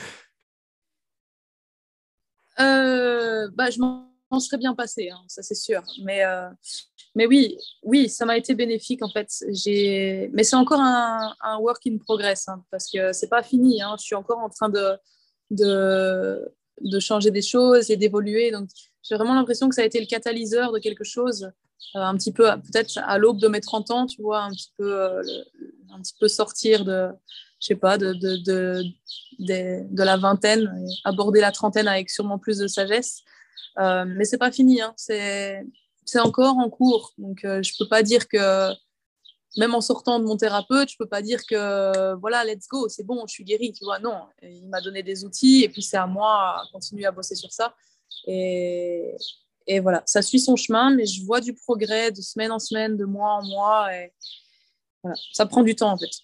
Euh, bah, je m'en serais bien passé, hein, ça c'est sûr. Mais, euh, mais oui, oui, ça m'a été bénéfique en fait. J'ai... Mais c'est encore un, un work in progress, hein, parce que c'est pas fini. Hein. Je suis encore en train de, de, de changer des choses et d'évoluer. Donc j'ai vraiment l'impression que ça a été le catalyseur de quelque chose, euh, un petit peu peut-être à l'aube de mes trente ans, tu vois, un petit peu, euh, le, un petit peu sortir de, je sais pas, de, de, de, de, de la vingtaine et aborder la trentaine avec sûrement plus de sagesse. Euh, mais c'est pas fini, hein. c'est, c'est encore en cours. Donc, euh, je peux pas dire que, même en sortant de mon thérapeute, je peux pas dire que, voilà, let's go, c'est bon, je suis guérie, tu vois. Non, il m'a donné des outils et puis c'est à moi à continuer à bosser sur ça. Et, et voilà, ça suit son chemin, mais je vois du progrès de semaine en semaine, de mois en mois. Et voilà, ça prend du temps, en fait.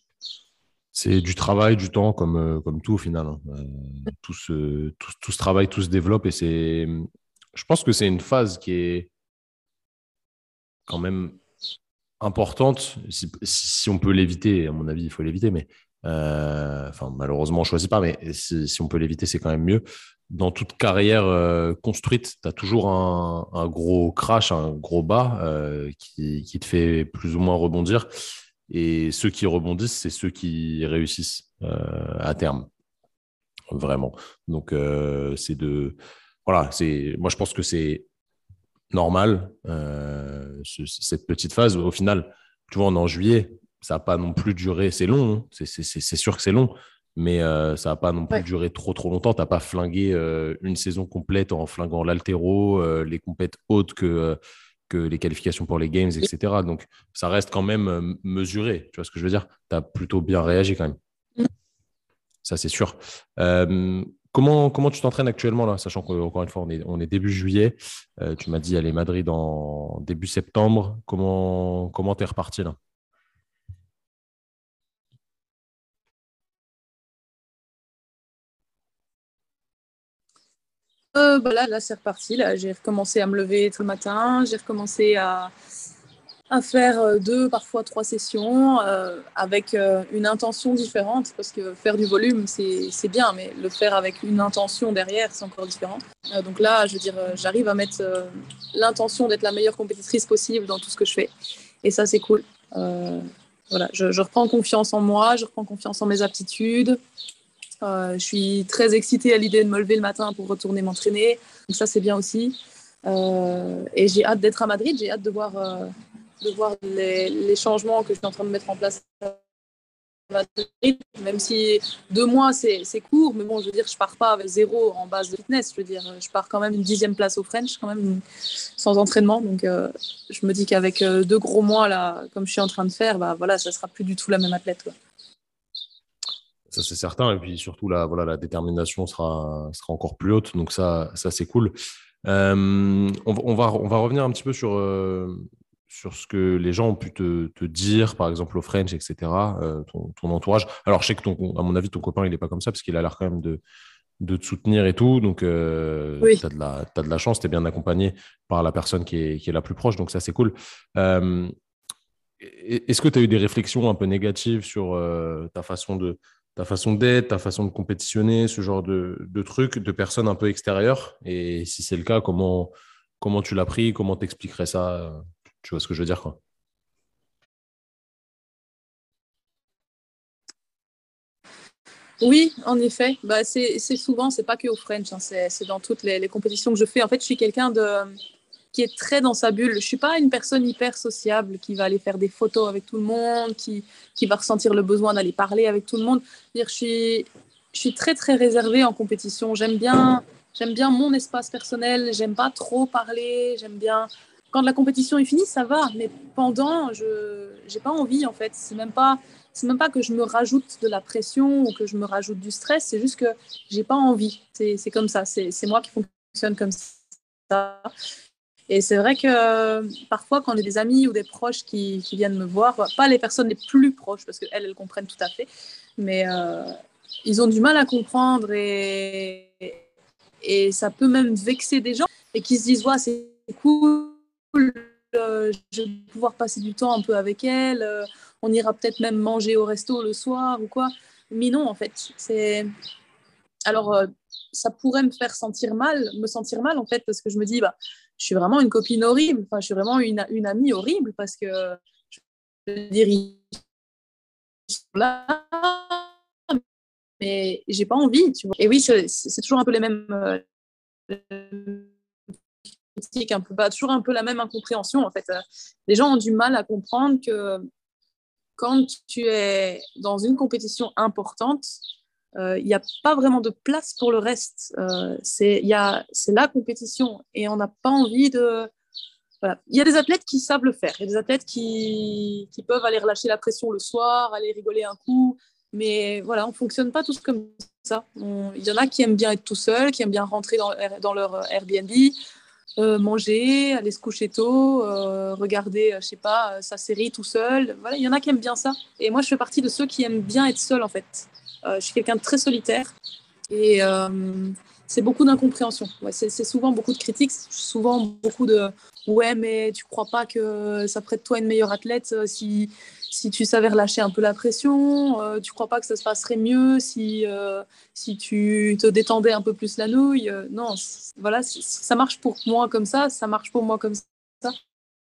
C'est du travail, du temps, comme, euh, comme tout au final, hein. Euh, tout, se, tout, tout ce travail, tout se développe et c'est, je pense que c'est une phase qui est quand même importante, si, si on peut l'éviter, à mon avis, il faut l'éviter, mais euh, enfin, malheureusement, on ne choisit pas, mais si, si on peut l'éviter, c'est quand même mieux. Dans toute carrière euh, construite, tu as toujours un, un gros crash, un gros bas euh, qui, qui te fait plus ou moins rebondir. Et ceux qui rebondissent, c'est ceux qui réussissent euh, à terme, vraiment. Donc, euh, c'est de. Voilà, c'est, moi, je pense que c'est normal, euh, ce- cette petite phase. Au final, tu vois, on est en juillet, ça n'a pas non plus duré, c'est long, hein. c'est, c'est, c'est sûr que c'est long, mais euh, ça n'a pas non plus Ouais. duré trop trop longtemps. Tu n'as pas flingué euh, une saison complète en flinguant l'altéro, euh, les compètes hautes que, euh, que les qualifications pour les games, et cetera. Donc, ça reste quand même euh, mesuré, tu vois ce que je veux dire? Tu as plutôt bien réagi quand même. Ça, c'est sûr. Euh, comment, comment tu t'entraînes actuellement, là, sachant qu'encore une fois, on est, on est début juillet. Euh, tu m'as dit aller Madrid en début septembre. Comment comment t'es reparti là? Euh, bah là, là c'est reparti. Là, j'ai recommencé à me lever tout le matin. J'ai recommencé à, à faire euh, deux, parfois trois sessions euh, avec euh, une intention différente. Parce que faire du volume, c'est, c'est bien, mais le faire avec une intention derrière, c'est encore différent. Euh, donc là, je veux dire, euh, j'arrive à mettre euh, l'intention d'être la meilleure compétitrice possible dans tout ce que je fais. Et ça, c'est cool. Euh, voilà, je, je reprends confiance en moi, je reprends confiance en mes aptitudes. Euh, je suis très excitée à l'idée de me lever le matin pour retourner m'entraîner. Donc ça, c'est bien aussi. Euh, et j'ai hâte d'être à Madrid. J'ai hâte de voir, euh, de voir les, les, changements que je suis en train de mettre en place à Madrid. Même si deux mois, c'est, c'est court. Mais bon, je veux dire, je pars pas avec zéro en base de fitness. Je veux dire, je pars quand même une dixième place au French, quand même, sans entraînement. Donc, euh, je me dis qu'avec euh, deux gros mois, là, comme je suis en train de faire, bah, voilà, ça sera plus du tout la même athlète, quoi. Ça, c'est certain. Et puis surtout, la, voilà, la détermination sera, sera encore plus haute. Donc ça, ça c'est cool. Euh, on, va, on, va, on va revenir un petit peu sur, euh, sur ce que les gens ont pu te, te dire, par exemple au French, et cetera, euh, ton, ton entourage. Alors, je sais que, ton, à mon avis, ton copain, il n'est pas comme ça parce qu'il a l'air quand même de, de te soutenir et tout. Donc, euh, Oui. tu as de la, t'as de la chance, tu es bien accompagné par la personne qui est, qui est la plus proche. Donc, ça, c'est cool. Euh, est-ce que tu as eu des réflexions un peu négatives sur euh, ta façon de ta façon d'être, ta façon de compétitionner, ce genre de, de trucs, de personnes un peu extérieures. Et si c'est le cas, comment, comment tu l'as pris, comment t'expliquerais ça? euh, Tu vois ce que je veux dire, quoi. Oui, en effet. Bah, c'est, c'est souvent, c'est pas que au French, hein, c'est, c'est dans toutes les, les compétitions que je fais. En fait, je suis quelqu'un de, qui est très dans sa bulle. Je suis pas une personne hyper sociable qui va aller faire des photos avec tout le monde, qui, qui va ressentir le besoin d'aller parler avec tout le monde. Dire, je suis, je suis très très réservée en compétition. J'aime bien, j'aime bien mon espace personnel. J'aime pas trop parler. J'aime bien quand la compétition est finie, ça va. Mais pendant, je, j'ai pas envie en fait. C'est même pas, c'est même pas que je me rajoute de la pression ou que je me rajoute du stress. C'est juste que j'ai pas envie. C'est, c'est comme ça. C'est, c'est moi qui fonctionne comme ça. Et c'est vrai que euh, parfois, quand j'ai des amis ou des proches qui, qui viennent me voir, pas les personnes les plus proches, parce qu'elles, elles comprennent tout à fait, mais euh, ils ont du mal à comprendre et, et ça peut même vexer des gens et qui se disent, ouais, c'est cool, euh, je vais pouvoir passer du temps un peu avec elle, euh, on ira peut-être même manger au resto le soir ou quoi. Mais non, en fait, c'est... Alors, euh, ça pourrait me faire sentir mal, me sentir mal en fait, parce que je me dis, bah, je suis vraiment une copine horrible, enfin, je suis vraiment une, une amie horrible, parce que, je veux dire, ils sont là, mais j'ai pas envie, tu vois. Et oui, c'est, c'est toujours un peu les mêmes euh, critiques, un peu, bah, toujours un peu la même incompréhension en fait. Euh, Les gens ont du mal à comprendre que quand tu es dans une compétition importante, euh, il n'y a pas vraiment de place pour le reste. Euh, c'est, y a, c'est la compétition et on n'a pas envie de... Voilà. Il y a des athlètes qui savent le faire. Il y a des athlètes qui, qui peuvent aller relâcher la pression le soir, aller rigoler un coup. Mais voilà, on ne fonctionne pas tous comme ça. On- Il y en a qui aiment bien être tout seuls, qui aiment bien rentrer dans, dans leur Airbnb, euh, manger, aller se coucher tôt, euh, regarder, euh, je sais pas, euh, sa série tout seul. Voilà, il y en a qui aiment bien ça. Et moi, je fais partie de ceux qui aiment bien être seul, en fait. Euh, je suis quelqu'un de très solitaire et euh, c'est beaucoup d'incompréhension. Ouais, c'est, c'est souvent beaucoup de critiques, souvent beaucoup de ouais, mais tu crois pas que ça ferait de toi une meilleure athlète euh, si, si tu savais relâcher un peu la pression, euh, tu crois pas que ça se passerait mieux si, euh, si tu te détendais un peu plus la nouille. Euh, non, c'est- voilà, c'est- ça marche pour moi comme ça, ça marche pour moi comme ça.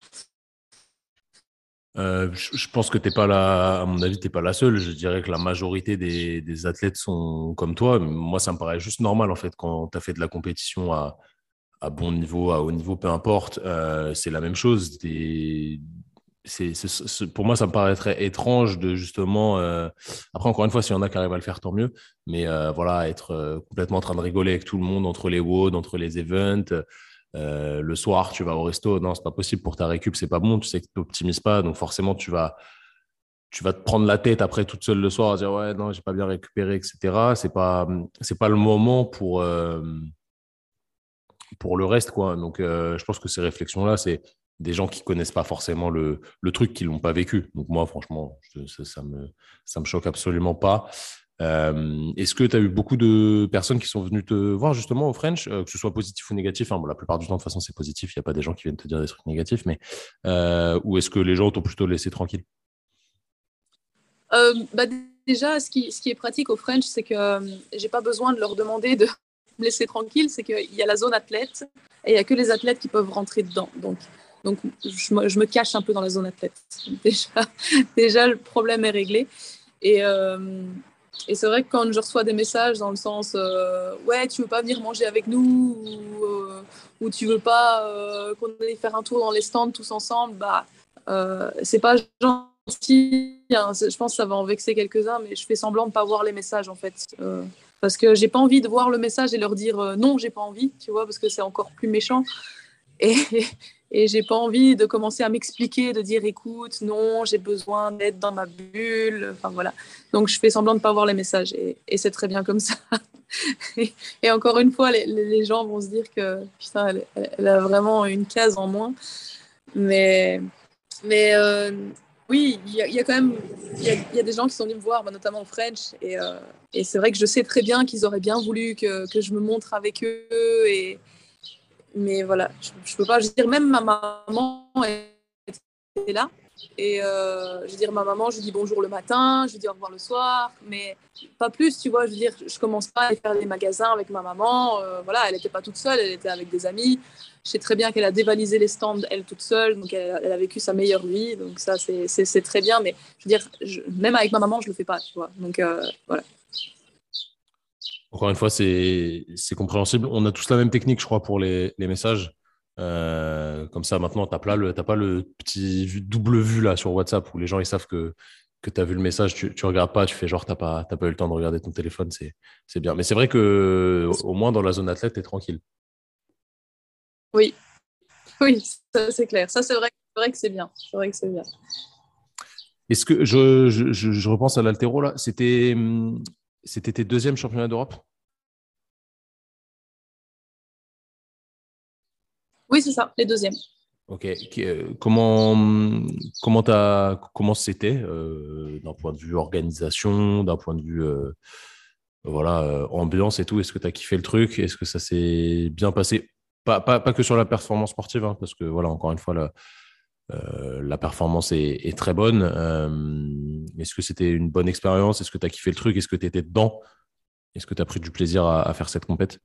Euh, je, je pense que t'es pas la, à mon avis, t'es pas la seule. Je dirais que la majorité des, des athlètes sont comme toi. Moi, ça me paraît juste normal en fait quand tu as fait de la compétition à, à bon niveau, à haut niveau, peu importe. Euh, c'est la même chose. Des- c'est, c'est- c'est- pour moi, ça me paraîtrait étrange de justement. euh, Après, encore une fois, s'il y en a qui arrivent à le faire, tant mieux. Mais euh, voilà, être euh, complètement en train de rigoler avec tout le monde entre les W O D, entre les events. Euh, le soir, tu vas au resto. Non, c'est pas possible pour ta récup, c'est pas bon. Tu sais que tu n'optimises pas. Donc, forcément, tu vas, tu vas te prendre la tête après toute seule le soir à dire ouais, non, j'ai pas bien récupéré, et cetera. C'est pas, c'est pas le moment pour. euh, pour le reste, quoi. Donc, euh, je pense que ces réflexions-là, c'est des gens qui connaissent pas forcément le, le truc, qui l'ont pas vécu. Donc, moi, franchement, je- ça, ça me, ça me choque absolument pas. Euh, est-ce que tu as eu beaucoup de personnes qui sont venues te voir justement au French, euh, que ce soit positif ou négatif? Hein, bon, la plupart du temps, de toute façon, c'est positif. Il n'y a pas des gens qui viennent te dire des trucs négatifs, mais euh, ou est-ce que les gens t'ont plutôt laissé tranquille? Euh, bah, déjà, ce qui, ce qui est pratique au French, c'est que euh, j'ai pas besoin de leur demander de me laisser tranquille. C'est qu'il y a la zone athlète et il y a que les athlètes qui peuvent rentrer dedans. Donc, donc je, me, je me cache un peu dans la zone athlète. Déjà, déjà le problème est réglé. Et, euh, et c'est vrai que quand je reçois des messages dans le sens euh, ouais, tu veux pas venir manger avec nous ou, euh, ou tu veux pas euh, qu'on aille faire un tour dans les stands tous ensemble, bah euh, c'est pas gentil. Hein. Je pense que ça va en vexer quelques-uns, mais je fais semblant de pas voir les messages en fait. Euh, parce que j'ai pas envie de voir le message et leur dire euh, non, j'ai pas envie, tu vois, parce que c'est encore plus méchant. Et, et j'ai pas envie de commencer à m'expliquer, de dire écoute, non, j'ai besoin d'être dans ma bulle. Enfin voilà. Donc je fais semblant de pas voir les messages et, et c'est très bien comme ça. Et, et encore une fois, les, les, gens vont se dire que putain, elle, elle, a vraiment une case en moins. Mais, mais euh, oui, il y, y, a quand même il y, y, a des gens qui sont venus me voir, bah, notamment au French. Et, euh, et c'est vrai que je sais très bien qu'ils auraient bien voulu que, que je me montre avec eux et mais voilà, je, je peux pas. Je veux dire, même ma maman était là. Et euh, je veux dire, ma maman, je lui dis bonjour le matin, je lui dis au revoir le soir, mais pas plus, tu vois. Je veux dire, je commence pas à aller faire des magasins avec ma maman. Euh, voilà, elle n'était pas toute seule, elle était avec des amis. Je sais très bien qu'elle a dévalisé les stands, elle toute seule, donc elle, elle a vécu sa meilleure vie. Donc ça, c'est, c'est, c'est très bien. Mais je veux dire, je, même avec ma maman, je le fais pas, tu vois. Donc euh, voilà. Encore une fois, c'est c'est compréhensible. On a tous la même technique, je crois, pour les, les messages. Euh, comme ça, maintenant, tu n'as pas le, t'as pas le petit vu- double vue là sur WhatsApp où les gens ils savent que, que tu as vu le message, tu ne regardes pas, tu fais genre, tu n'as pas, t'as pas eu le temps de regarder ton téléphone. C'est c'est bien. Mais c'est vrai que au moins dans la zone athlète, tu es tranquille. Oui, oui, ça, c'est clair. Ça, c'est vrai, c'est vrai que c'est bien. C'est vrai que c'est bien. Est-ce que je, je, je, je repense à l'haltéro là, c'était hum, c'était tes deuxièmes championnats d'Europe? Oui, c'est ça, les deuxièmes. Ok. Qui- euh, Comment comment t'as comment c'était euh, d'un point de vue organisation, d'un point de vue euh, voilà euh, ambiance et tout. Est-ce que tu as kiffé le truc? Est-ce que ça s'est bien passé? Pas, pas, pas que sur la performance sportive, hein, parce que voilà, encore une fois, la, euh, la performance est, est très bonne. Euh, est-ce que c'était une bonne expérience? Est-ce que tu as kiffé le truc? Est-ce que tu étais dedans? Est-ce que tu as pris du plaisir à, à faire cette compète?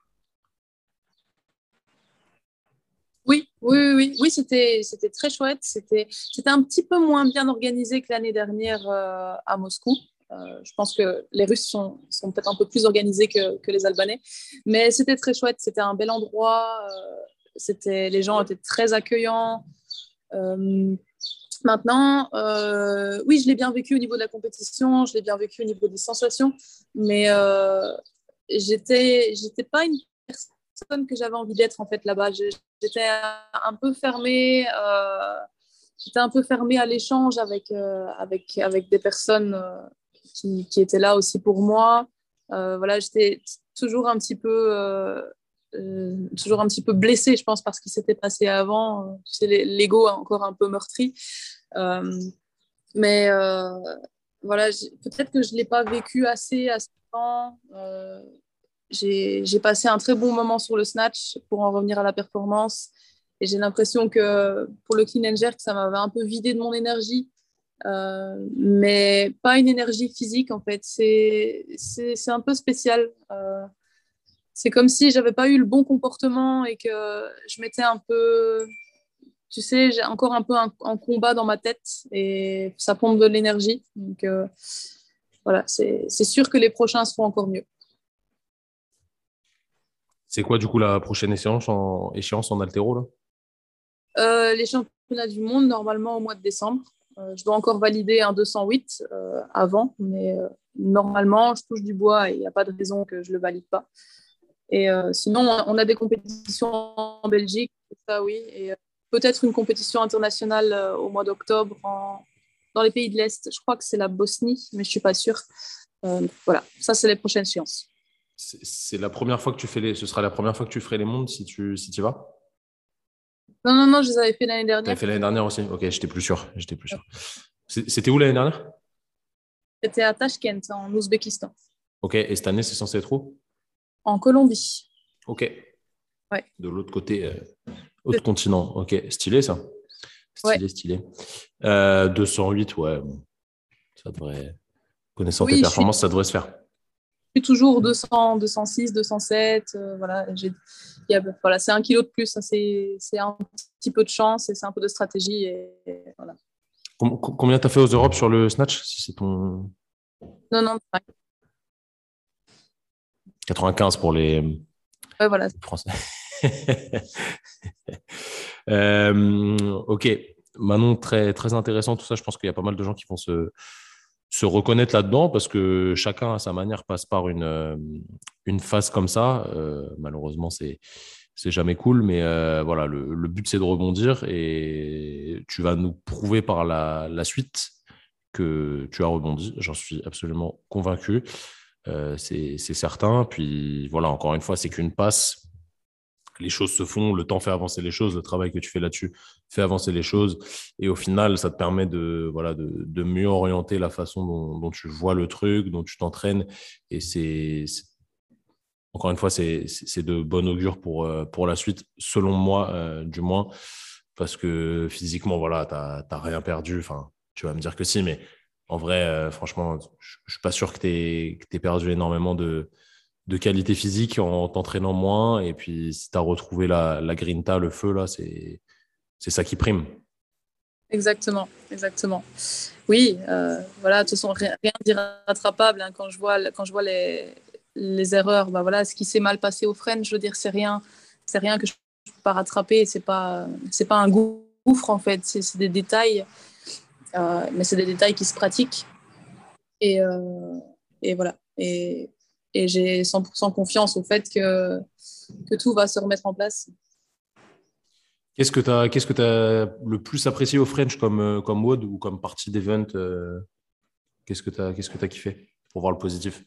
Oui, oui, oui, oui, oui, c'était, c'était très chouette. C'était, c'était un petit peu moins bien organisé que l'année dernière euh, à Moscou. Euh, je pense que les Russes sont, sont peut-être un peu plus organisés que, que les Albanais, mais c'était très chouette. C'était un bel endroit. Euh, c'était, les gens étaient très accueillants. Euh, Maintenant, euh, oui, je l'ai bien vécu au niveau de la compétition, je l'ai bien vécu au niveau des sensations, mais euh, j'étais, j'étais pas une personne que j'avais envie d'être en fait là-bas. J'étais un peu fermée, euh, j'étais un peu fermée à l'échange avec, euh, avec, avec des personnes euh, qui, qui, étaient là aussi pour moi. Euh, voilà, j'étais toujours un petit peu, euh, euh, toujours un petit peu blessée, je pense, par ce qui s'était passé avant. Tu sais, l'ego a encore un peu meurtri. Euh, mais euh, voilà, peut-être que je ne l'ai pas vécu assez à ce temps. Euh, j'ai, j'ai passé un très bon moment sur le snatch pour en revenir à la performance. Et j'ai l'impression que pour le clean and jerk, ça m'avait un peu vidé de mon énergie. Euh, mais pas une énergie physique en fait. C'est, c'est, c'est un peu spécial. Euh, c'est comme si j'avais pas eu le bon comportement et que je m'étais un peu, tu sais, j'ai encore un peu un, un combat dans ma tête et ça pompe de l'énergie. Donc euh, voilà, c'est, c'est sûr que les prochains seront encore mieux. C'est quoi, du coup, la prochaine échéance en, échéance en haltéro, là? Euh, les championnats du monde, normalement au mois de décembre. Euh, je dois encore valider un deux cent huit euh, avant, mais euh, normalement, je touche du bois et il n'y a pas de raison que je ne le valide pas. Et euh, sinon, on a des compétitions en Belgique, ça oui, et euh, peut-être une compétition internationale euh, au mois d'octobre en... dans les pays de l'Est. Je crois que c'est la Bosnie, mais je ne suis pas sûre. Euh, voilà, ça, c'est les prochaines séances. C'est c'est la première fois que tu fais les, ce sera la première fois que tu ferais les mondes si tu, si tu y vas? Non, non, non, je les avais fait l'année Tu avais dernière. fait l'année dernière aussi? Ok, j'étais plus sûr. J'étais plus sûr. C'est- C'était où l'année dernière? C'était à Tashkent, en Ouzbékistan, Ok, et cette année, c'est censé être où? en Colombie. Ok, Ouais. de l'autre côté, euh, autre continent. Ok, stylé ça. Ouais. Stylé, stylé. Euh, deux cent huit, ouais, bon, ça devrait, connaissant tes Oui, je suis, performances, ça devrait se faire. je suis toujours deux cents, deux cent six, deux cent sept. Euh, voilà, j'ai, il y a, voilà, c'est un kilo de plus. Ça, c'est, c'est un petit peu de chance et c'est un peu de stratégie. Et, et voilà. Com- combien t'as fait aux Europes sur le snatch, si c'est ton Non, non, quatre-vingt-quinze pour les ouais, voilà. Français? Euh, ok, Manon, très, très intéressant tout ça. Je pense qu'il y a pas mal de gens qui vont se, se reconnaître là-dedans parce que chacun à sa manière passe par une, euh, une phase comme ça. Euh, malheureusement, c'est, c'est jamais cool, mais euh, voilà, le, le but c'est de rebondir et tu vas nous prouver par la, la suite que tu as rebondi. J'en suis absolument convaincu. Euh, c'est, c'est certain. Puis voilà, encore une fois, c'est qu'une passe, les choses se font, le temps fait avancer les choses, le travail que tu fais là-dessus fait avancer les choses. Et au final, ça te permet de, voilà, de, de mieux orienter la façon dont, dont tu vois le truc, dont tu t'entraînes. Et c'est, c'est- encore une fois, c'est, c'est c'est de bon augure pour, euh, pour la suite, selon moi, euh, du moins. parce que physiquement, voilà, t'as, t'as rien perdu. Enfin, tu vas me dire que si, mais en vrai, euh, franchement, je je suis pas sûr que t'aies, que t'aies perdu énormément de, de qualité physique en t'entraînant moins. Et puis, si t'as retrouvé la, la grinta, le feu, là, c'est, c'est ça qui prime. Exactement, exactement. Oui, euh, voilà, de toute façon, rien, rien d'irrattrapable, hein. Quand je vois, quand je vois les, les erreurs, bah voilà, ce qui s'est mal passé au French, je veux dire, c'est rien, c'est rien que je ne peux pas rattraper. C'est pas, c'est pas un gouffre, en fait. C'est, c'est des détails, euh, mais c'est des détails qui se pratiquent. Et, euh, et voilà. Et, et j'ai cent pour cent confiance au fait que, que tout va se remettre en place. Qu'est-ce que t'as, qu'est-ce que t'as le plus apprécié au French comme, euh, comme WOD ou comme partie d'event? euh, Qu'est-ce que t'as, qu'est-ce que t'as kiffé pour voir le positif?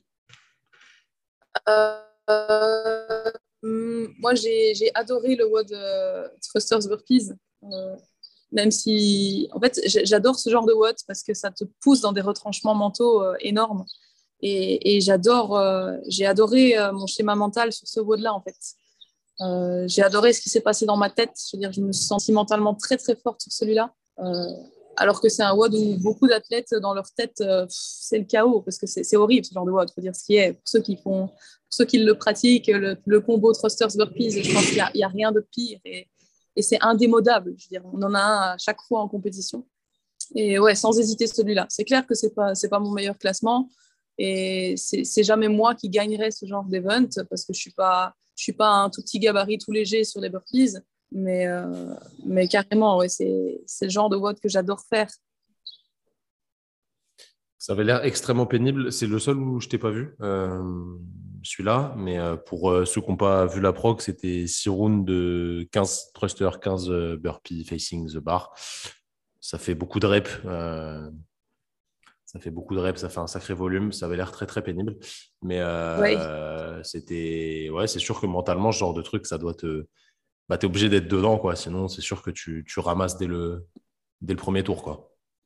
Euh, moi, j'ai, j'ai adoré le WOD euh, Thrusters Burpees. Euh, même si, en fait, j'adore ce genre de WOD parce que ça te pousse dans des retranchements mentaux euh, énormes. Et, et j'adore, euh, j'ai adoré euh, mon schéma mental sur ce WOD-là, en fait. Euh, j'ai adoré ce qui s'est passé dans ma tête. Je veux dire, je me suis sentie mentalement très, très forte sur celui-là. Euh, alors que c'est un WOD où beaucoup d'athlètes, dans leur tête, euh, c'est le chaos, parce que c'est, c'est horrible, ce genre de WOD. Il faut dire ce qui est. Pour ceux qui, font, pour ceux qui le pratiquent, le, le combo thrusters burpees, je pense qu'il n'y a, a, rien de pire. Et, et c'est indémodable. Je veux dire, on en a un à chaque fois en compétition. Et ouais, sans hésiter celui-là. C'est clair que ce n'est pas, c'est pas mon meilleur classement. Et c'est, c'est jamais moi qui gagnerais ce genre d'event parce que je ne suis, pas, je suis pas un tout petit gabarit tout léger sur les burpees. Mais, euh, mais carrément, ouais, c'est, c'est le genre de WOD que j'adore faire. Ça avait l'air extrêmement pénible. C'est le seul où je t'ai pas vu, euh, celui-là. Mais euh, pour euh, ceux qui n'ont pas vu la prog, c'était six rounds de quinze thrusters, quinze euh, burpees facing the bar. Ça fait beaucoup de reps. euh, ça fait beaucoup de reps, ça fait un sacré volume. Ça avait l'air très, très pénible. Mais Ouais, euh, c'était... Ouais, c'est sûr que mentalement, ce genre de truc, ça doit te... Bah, t'es obligé d'être dedans, quoi. Sinon, c'est sûr que tu, tu ramasses dès le, dès le premier tour, quoi.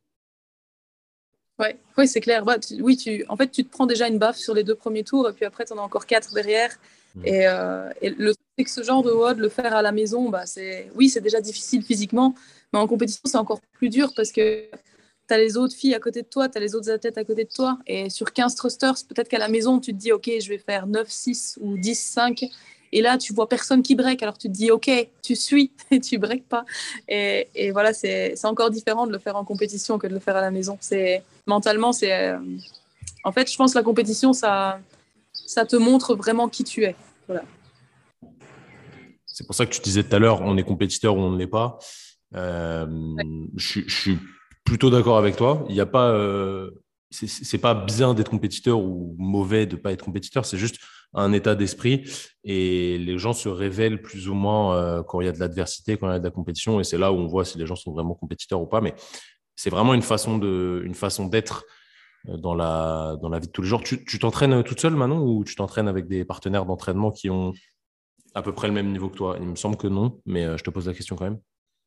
ouais, ouais, c'est clair. Bah, tu- oui, tu, en fait, tu te prends déjà une baffe sur les deux premiers tours et puis après, tu en as encore quatre derrière. Mm. Et, euh, et le truc, c'est que ce genre de WOD, le faire à la maison, bah, c'est, oui, c'est déjà difficile physiquement, mais en compétition, c'est encore plus dur parce que tu as les autres filles à côté de toi, tu as les autres athlètes à côté de toi. Et sur quinze thrusters, peut-être qu'à la maison, tu te dis, OK, je vais faire neuf, six ou dix, cinq. Et là, tu vois personne qui break. Alors tu te dis, OK, tu suis et tu breaks pas. Et, et voilà, c'est, c'est encore différent de le faire en compétition que de le faire à la maison. C'est, mentalement, c'est. Euh, en fait, je pense que la compétition, ça, ça te montre vraiment qui tu es. Voilà. C'est pour ça que tu disais tout à l'heure, on est compétiteur ou on ne l'est pas. Euh, Ouais. je, suis- je suis plutôt d'accord avec toi. Il n'y a pas, euh, c'est c'est pas bien d'être compétiteur ou mauvais de pas être compétiteur. C'est juste un état d'esprit et les gens se révèlent plus ou moins euh, quand il y a de l'adversité, quand il y a de la compétition. Et c'est là où on voit si les gens sont vraiment compétiteurs ou pas. Mais c'est vraiment une façon de, une façon d'être euh, dans la, dans la vie de tous les jours. Tu, tu t'entraînes toute seule, Manon, ou tu t'entraînes avec des partenaires d'entraînement qui ont à peu près le même niveau que toi? Il me semble que non, mais euh, je te pose la question quand même.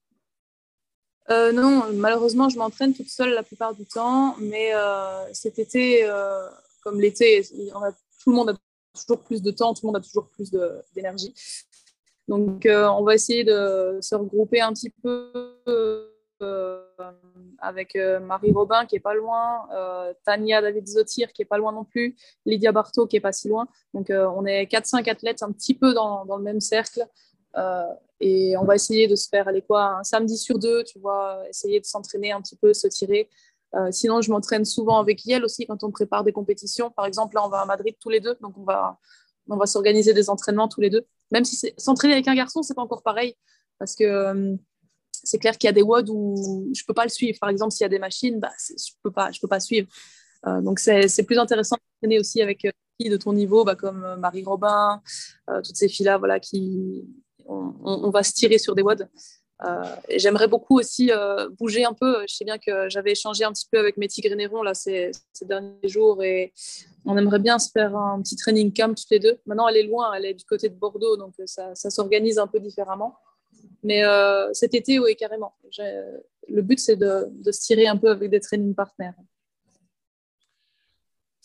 Euh, non, malheureusement, je m'entraîne toute seule la plupart du temps, mais euh, cet été, euh, comme l'été, on a- tout le monde a toujours plus de temps, tout le monde a toujours plus de- d'énergie. Donc, euh, on va essayer de se regrouper un petit peu euh, avec euh, Marie Robin qui est pas loin, euh, Tania David Zotir qui est pas loin non plus, Lydia Barthaud qui est pas si loin. Donc, euh, on est quatre cinq athlètes un petit peu dans, dans le même cercle. Euh, et on va essayer de se faire aller quoi, un samedi sur deux, tu vois, essayer de s'entraîner un petit peu, se tirer. Euh, sinon, je m'entraîne souvent avec Yel aussi quand on prépare des compétitions. Par exemple, là, on va à Madrid tous les deux, donc on va, on va s'organiser des entraînements tous les deux. Même si c'est s'entraîner avec un garçon, c'est pas encore pareil parce que euh, c'est clair qu'il y a des WOD où je peux pas le suivre. Par exemple, s'il y a des machines, bah, je peux pas, je peux pas suivre. Euh, donc c'est, c'est plus intéressant d'entraîner aussi avec euh, des filles de ton niveau, bah, comme euh, Marie Robin, euh, toutes ces filles-là, voilà, qui on, on, on va se tirer sur des WOD. Euh, et j'aimerais beaucoup aussi euh, bouger un peu. Je sais bien que j'avais échangé un petit peu avec Métis Grénéron là ces, ces derniers jours et on aimerait bien se faire un petit training camp toutes les deux. Maintenant, elle est loin, elle est du côté de Bordeaux, donc ça, ça s'organise un peu différemment. Mais euh, cet été, oui, carrément. J'ai- Le but, c'est de, de se tirer un peu avec des training partners.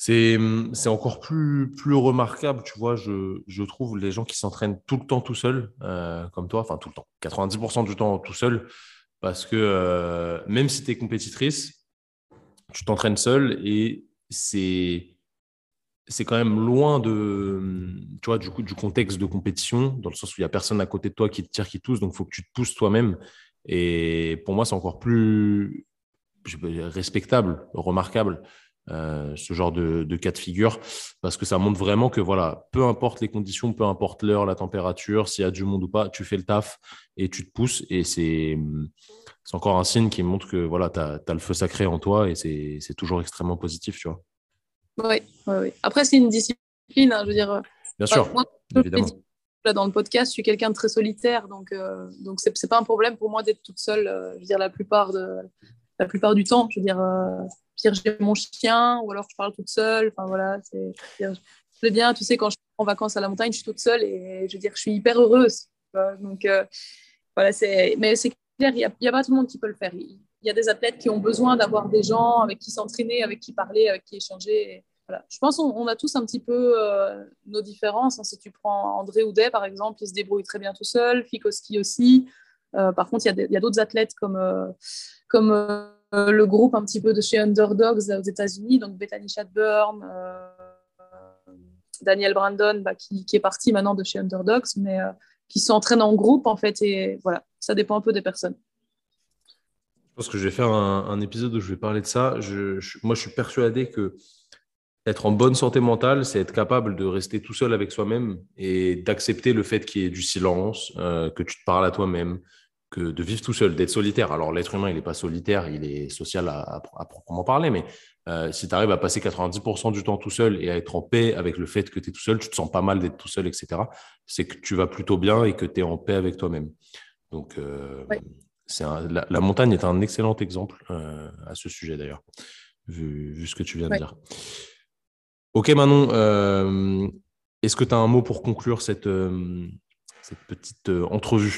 C'est, c'est encore plus, plus remarquable, tu vois, je, je trouve, les gens qui s'entraînent tout le temps tout seuls, euh, comme toi, enfin tout le temps, quatre-vingt-dix pour cent du temps tout seul, parce que euh, même si tu es compétitrice, tu t'entraînes seul et c'est, c'est quand même loin de, tu vois, du coup, du contexte de compétition, dans le sens où il n'y a personne à côté de toi qui te tire, qui te pousse, donc il faut que tu te pousses toi-même. Et pour moi, c'est encore plus je peux dire, respectable, remarquable, euh, ce genre de, de cas de figure, parce que ça montre vraiment que voilà, peu importe les conditions, peu importe l'heure, la température, s'il y a du monde ou pas, tu fais le taf et tu te pousses. Et c'est, c'est encore un signe qui montre que voilà, tu as le feu sacré en toi et c'est c'est toujours extrêmement positif, tu vois. Oui, oui, oui. Après, c'est une discipline, hein, je veux dire. euh, Bien bah, sûr, moi, comme je l'ai dit évidemment. là dans le podcast, je suis quelqu'un de très solitaire, donc euh, donc c'est c'est pas un problème pour moi d'être toute seule. euh, je veux dire la plupart de la plupart du temps. Je veux dire, euh, je veux dire, j'ai mon chien ou alors je parle toute seule. Enfin voilà, c'est je veux dire, je fais bien. Tu sais, quand je suis en vacances à la montagne, je suis toute seule et je veux dire, je suis hyper heureuse. Tu vois. Donc euh, voilà, c'est mais c'est clair, il y a, il y a pas tout le monde qui peut le faire. Il il y a des athlètes qui ont besoin d'avoir des gens avec qui s'entraîner, avec qui parler, avec qui échanger. Et voilà. Je pense qu'on on a tous un petit peu euh, nos différences. Hein. Si tu prends André Houdet, par exemple, il se débrouille très bien tout seul. Fikowski aussi. Euh, par contre, il y a, d'autres athlètes comme, euh, comme euh, le groupe un petit peu de chez Underdogs aux États-Unis, donc Bethany Chatburn, euh, Daniel Brandon, bah, qui, qui, est parti maintenant de chez Underdogs, mais euh, qui s'entraînent en groupe, en fait. Et voilà, ça dépend un peu des personnes. Je pense que je vais faire un, un épisode où je vais parler de ça. Je, je- moi, je suis persuadé que être en bonne santé mentale, c'est être capable de rester tout seul avec soi-même et d'accepter le fait qu'il y ait du silence, euh, que tu te parles à toi-même, que de vivre tout seul, d'être solitaire. Alors, l'être humain, il n'est pas solitaire, il est social à, à- à proprement parler, mais euh, si tu arrives à passer quatre-vingt-dix pour cent du temps tout seul et à être en paix avec le fait que tu es tout seul, tu te sens pas mal d'être tout seul, et cetera, c'est que tu vas plutôt bien et que tu es en paix avec toi-même. Donc, euh, Ouais. c'est un- la, la montagne est un excellent exemple euh, à ce sujet d'ailleurs, vu, vu ce que tu viens de Ouais. dire. Ok Manon, euh, est-ce que tu as un mot pour conclure cette, euh, cette petite euh, entrevue?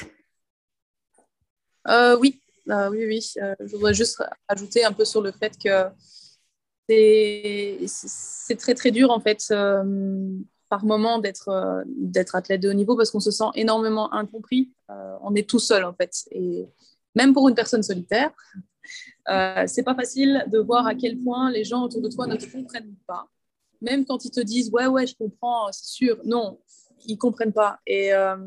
Euh, oui, euh, oui, oui. Euh, je voudrais juste ajouter un peu sur le fait que c'est, c'est très, très dur, en fait, euh, par moment d'être, euh, d'être athlète de haut niveau parce qu'on se sent énormément incompris. Euh, on est tout seul, en fait. Et même pour une personne solitaire, euh, c'est pas facile de voir à quel point les gens autour de toi ne te comprennent pas. Même quand ils te disent, ouais, ouais, je comprends, c'est sûr. Non, ils comprennent pas. Et, euh,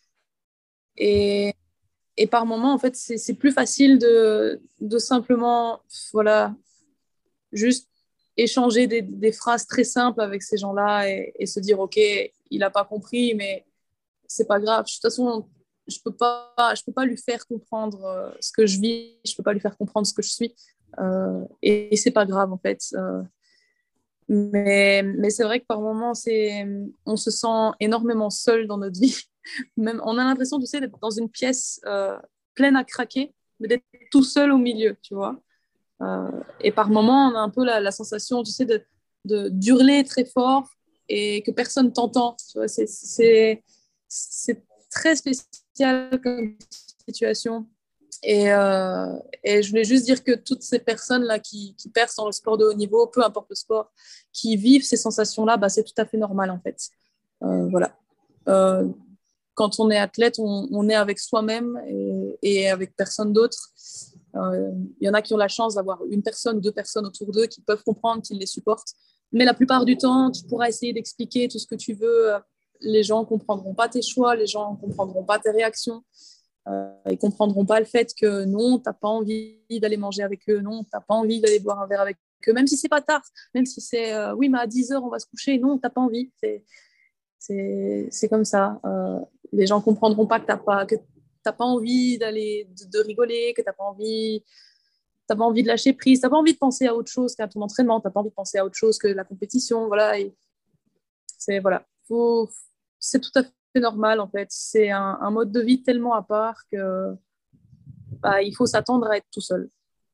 et Et par moments, en fait, c'est c'est plus facile de, de simplement, voilà, juste échanger des, des phrases très simples avec ces gens-là et, et se dire, OK, il n'a pas compris, mais c'est pas grave. De toute façon, je peux pas, je peux pas lui faire comprendre euh, ce que je vis, je peux pas lui faire comprendre ce que je suis. Euh, et, et c'est pas grave, en fait. Euh, mais mais c'est vrai que par moments, c'est, on se sent énormément seul dans notre vie. Même, on a l'impression, tu sais, d'être dans une pièce euh, pleine à craquer, mais d'être tout seul au milieu, tu vois. Euh, et par moments, on a un peu la, la sensation, tu sais, de, de d'hurler très fort et que personne t'entend. Tu vois, c'est, c'est, c'est très spécial comme situation. Et, euh, et je voulais juste dire que toutes ces personnes-là qui, qui percent dans le sport de haut niveau, peu importe le sport, qui vivent ces sensations-là, bah, c'est tout à fait normal en fait. Euh, voilà. Euh, quand on est athlète, on, on est avec soi-même et, et avec personne d'autre. Euh, Il y en a qui ont la chance d'avoir une personne, deux personnes autour d'eux qui peuvent comprendre, qui les supportent. Mais la plupart du temps, tu pourras essayer d'expliquer tout ce que tu veux. Les gens ne comprendront pas tes choix, les gens ne comprendront pas tes réactions. Euh, ils comprendront pas le fait que non, t'as pas envie d'aller manger avec eux, non, t'as pas envie d'aller boire un verre avec eux, même si c'est pas tard, même si c'est euh, oui, mais à dix heures on va se coucher, non, t'as pas envie. C'est, c'est, c'est comme ça. Euh, les gens comprendront pas que t'as pas, que t'as pas envie d'aller, de, de rigoler, que t'as pas envie, t'as pas envie de lâcher prise, t'as pas envie de penser à autre chose qu'à ton entraînement, t'as pas envie de penser à autre chose que la compétition, voilà. Et c'est voilà, faut, c'est tout à fait normal en fait. C'est un, un mode de vie tellement à part que bah, il faut s'attendre à être tout seul.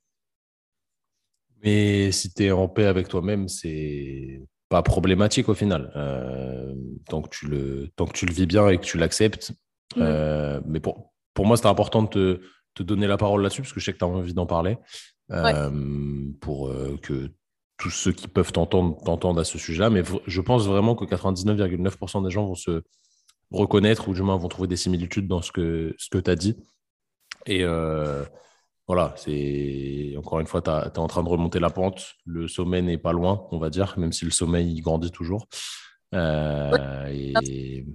Mais si tu es en paix avec toi-même, c'est pas problématique au final. Euh, tant que tu le, tant que tu le vis bien et que tu l'acceptes. Mm. Euh, mais pour, pour moi, c'était important de te, te donner la parole là-dessus parce que je sais que tu as envie d'en parler Ouais, euh, pour euh, que tous ceux qui peuvent t'entendre, t'entendre à ce sujet-là, mais v- je pense vraiment que quatre-vingt-dix-neuf virgule neuf pour cent des gens vont se reconnaître ou du moins vont trouver des similitudes dans ce que, ce que tu as dit. Et euh, voilà, c'est encore une fois, tu es en train de remonter la pente. Le sommet n'est pas loin, on va dire, même si le sommeil il grandit toujours. Ouais. Euh, et...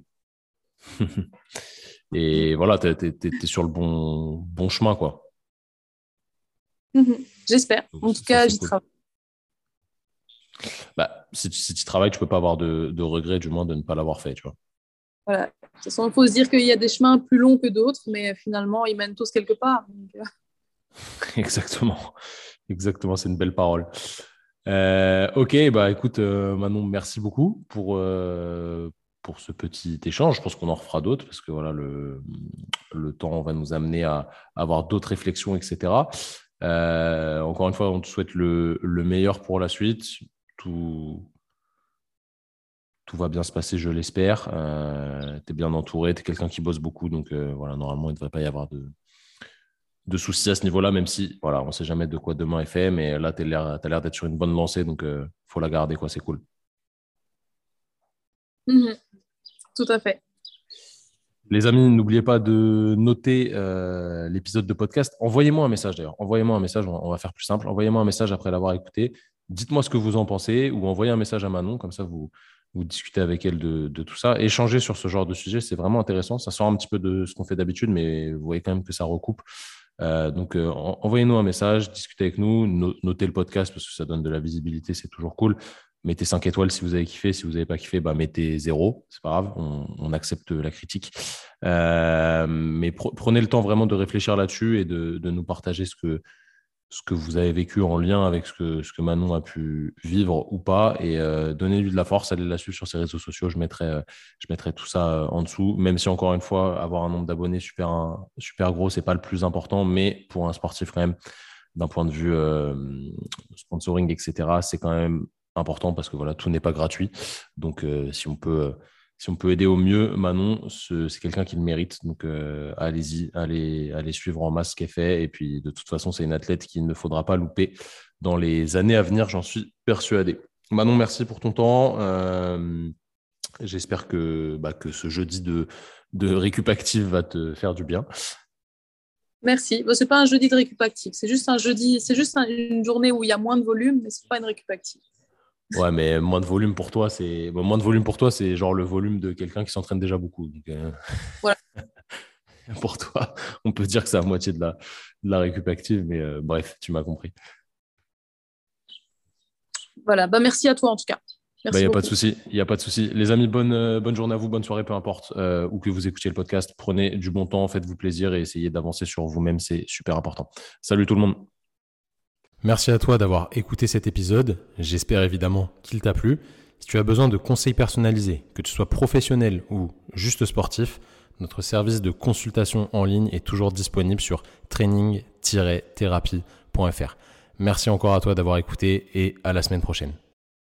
et voilà, tu es, sur le bon, bon chemin, quoi. Mhm. J'espère. Donc, En tout ça, cas, c'est j'y cool. travaille. Bah, si, tu- si tu travailles, tu peux pas avoir de, de regret, du moins, de ne pas l'avoir fait, tu vois. Voilà. De toute façon, il faut se dire qu'il y a des chemins plus longs que d'autres, mais finalement, ils mènent tous quelque part. Donc, euh, Exactement. Exactement, c'est une belle parole. Euh, ok, bah écoute, euh, Manon, merci beaucoup pour, euh, pour ce petit échange. Je pense qu'on en refera d'autres parce que voilà, le, le temps va nous amener à, à avoir d'autres réflexions, et cetera. Euh, encore une fois, on te souhaite le, le meilleur pour la suite. Tout, tout va bien se passer, je l'espère. Euh, tu es bien entouré, tu es quelqu'un qui bosse beaucoup, donc euh, voilà, normalement, il ne devrait pas y avoir de, de soucis à ce niveau-là, même si voilà, on ne sait jamais de quoi demain est fait, mais là, tu as l'air, t'as l'air d'être sur une bonne lancée, donc il euh, faut la garder, quoi, c'est cool. mhm. Tout à fait. Les amis, n'oubliez pas de noter euh, l'épisode de podcast. Envoyez-moi un message d'ailleurs. Envoyez-moi un message, on va faire plus simple. Envoyez-moi un message après l'avoir écouté. Dites-moi ce que vous en pensez ou envoyez un message à Manon, comme ça vous, vous discutez avec elle de, de tout ça. Échanger sur ce genre de sujet, c'est vraiment intéressant. Ça sort un petit peu de ce qu'on fait d'habitude, mais vous voyez quand même que ça recoupe. Euh, donc, euh, envoyez-nous un message, discutez avec nous, no- notez le podcast parce que ça donne de la visibilité, c'est toujours cool. Mettez cinq étoiles si vous avez kiffé. Si vous n'avez pas kiffé, bah, mettez zéro. C'est pas grave, on, on accepte la critique. Euh, mais pre- prenez le temps vraiment de réfléchir là-dessus et de, de nous partager ce que, ce que vous avez vécu en lien avec ce que, ce que Manon a pu vivre ou pas. Et euh, donnez-lui de la force, allez la suivre sur ses réseaux sociaux. Je mettrai, euh, je mettrai tout ça euh, en dessous. Même si, encore une fois, avoir un nombre d'abonnés super, un- super gros, c'est pas le plus important. Mais pour un sportif, quand même, d'un point de vue euh, sponsoring, et cetera, c'est quand même important parce que voilà, tout n'est pas gratuit. Donc, euh, si on peut, euh, si on peut aider au mieux, Manon, ce- c'est quelqu'un qui le mérite. Donc, euh, allez-y, allez, allez suivre en masse ce qu'elle fait. Et puis, de toute façon, c'est une athlète qu'il ne faudra pas louper dans les années à venir, j'en suis persuadé. Manon, merci pour ton temps. Euh, j'espère que, bah, que ce jeudi de, de récup active va te faire du bien. Merci. Bon, c'est pas un jeudi de récup active. C'est juste un jeudi. C'est juste un- une journée où il y a moins de volume, mais c'est pas une récup active. Ouais, mais moins de volume pour toi, c'est bon, moins de volume pour toi, c'est genre le volume de quelqu'un qui s'entraîne déjà beaucoup. Donc, euh, Voilà. pour toi, on peut dire que c'est à moitié de la, de la récup active, mais euh, bref, tu m'as compris. Voilà. Bah, merci à toi en tout cas. Il n'y Merci a pas de beaucoup. souci. Il n'y a pas de souci. Les amis, bonne, euh, bonne journée à vous, bonne soirée, peu importe euh, où que vous écoutiez le podcast. Prenez du bon temps, faites-vous plaisir et essayez d'avancer sur vous-même, c'est super important. Salut tout le monde. Merci à toi d'avoir écouté cet épisode. J'espère évidemment qu'il t'a plu. Si tu as besoin de conseils personnalisés, que tu sois professionnel ou juste sportif, notre service de consultation en ligne est toujours disponible sur training tiret thérapie point f r. Merci encore à toi d'avoir écouté et à la semaine prochaine.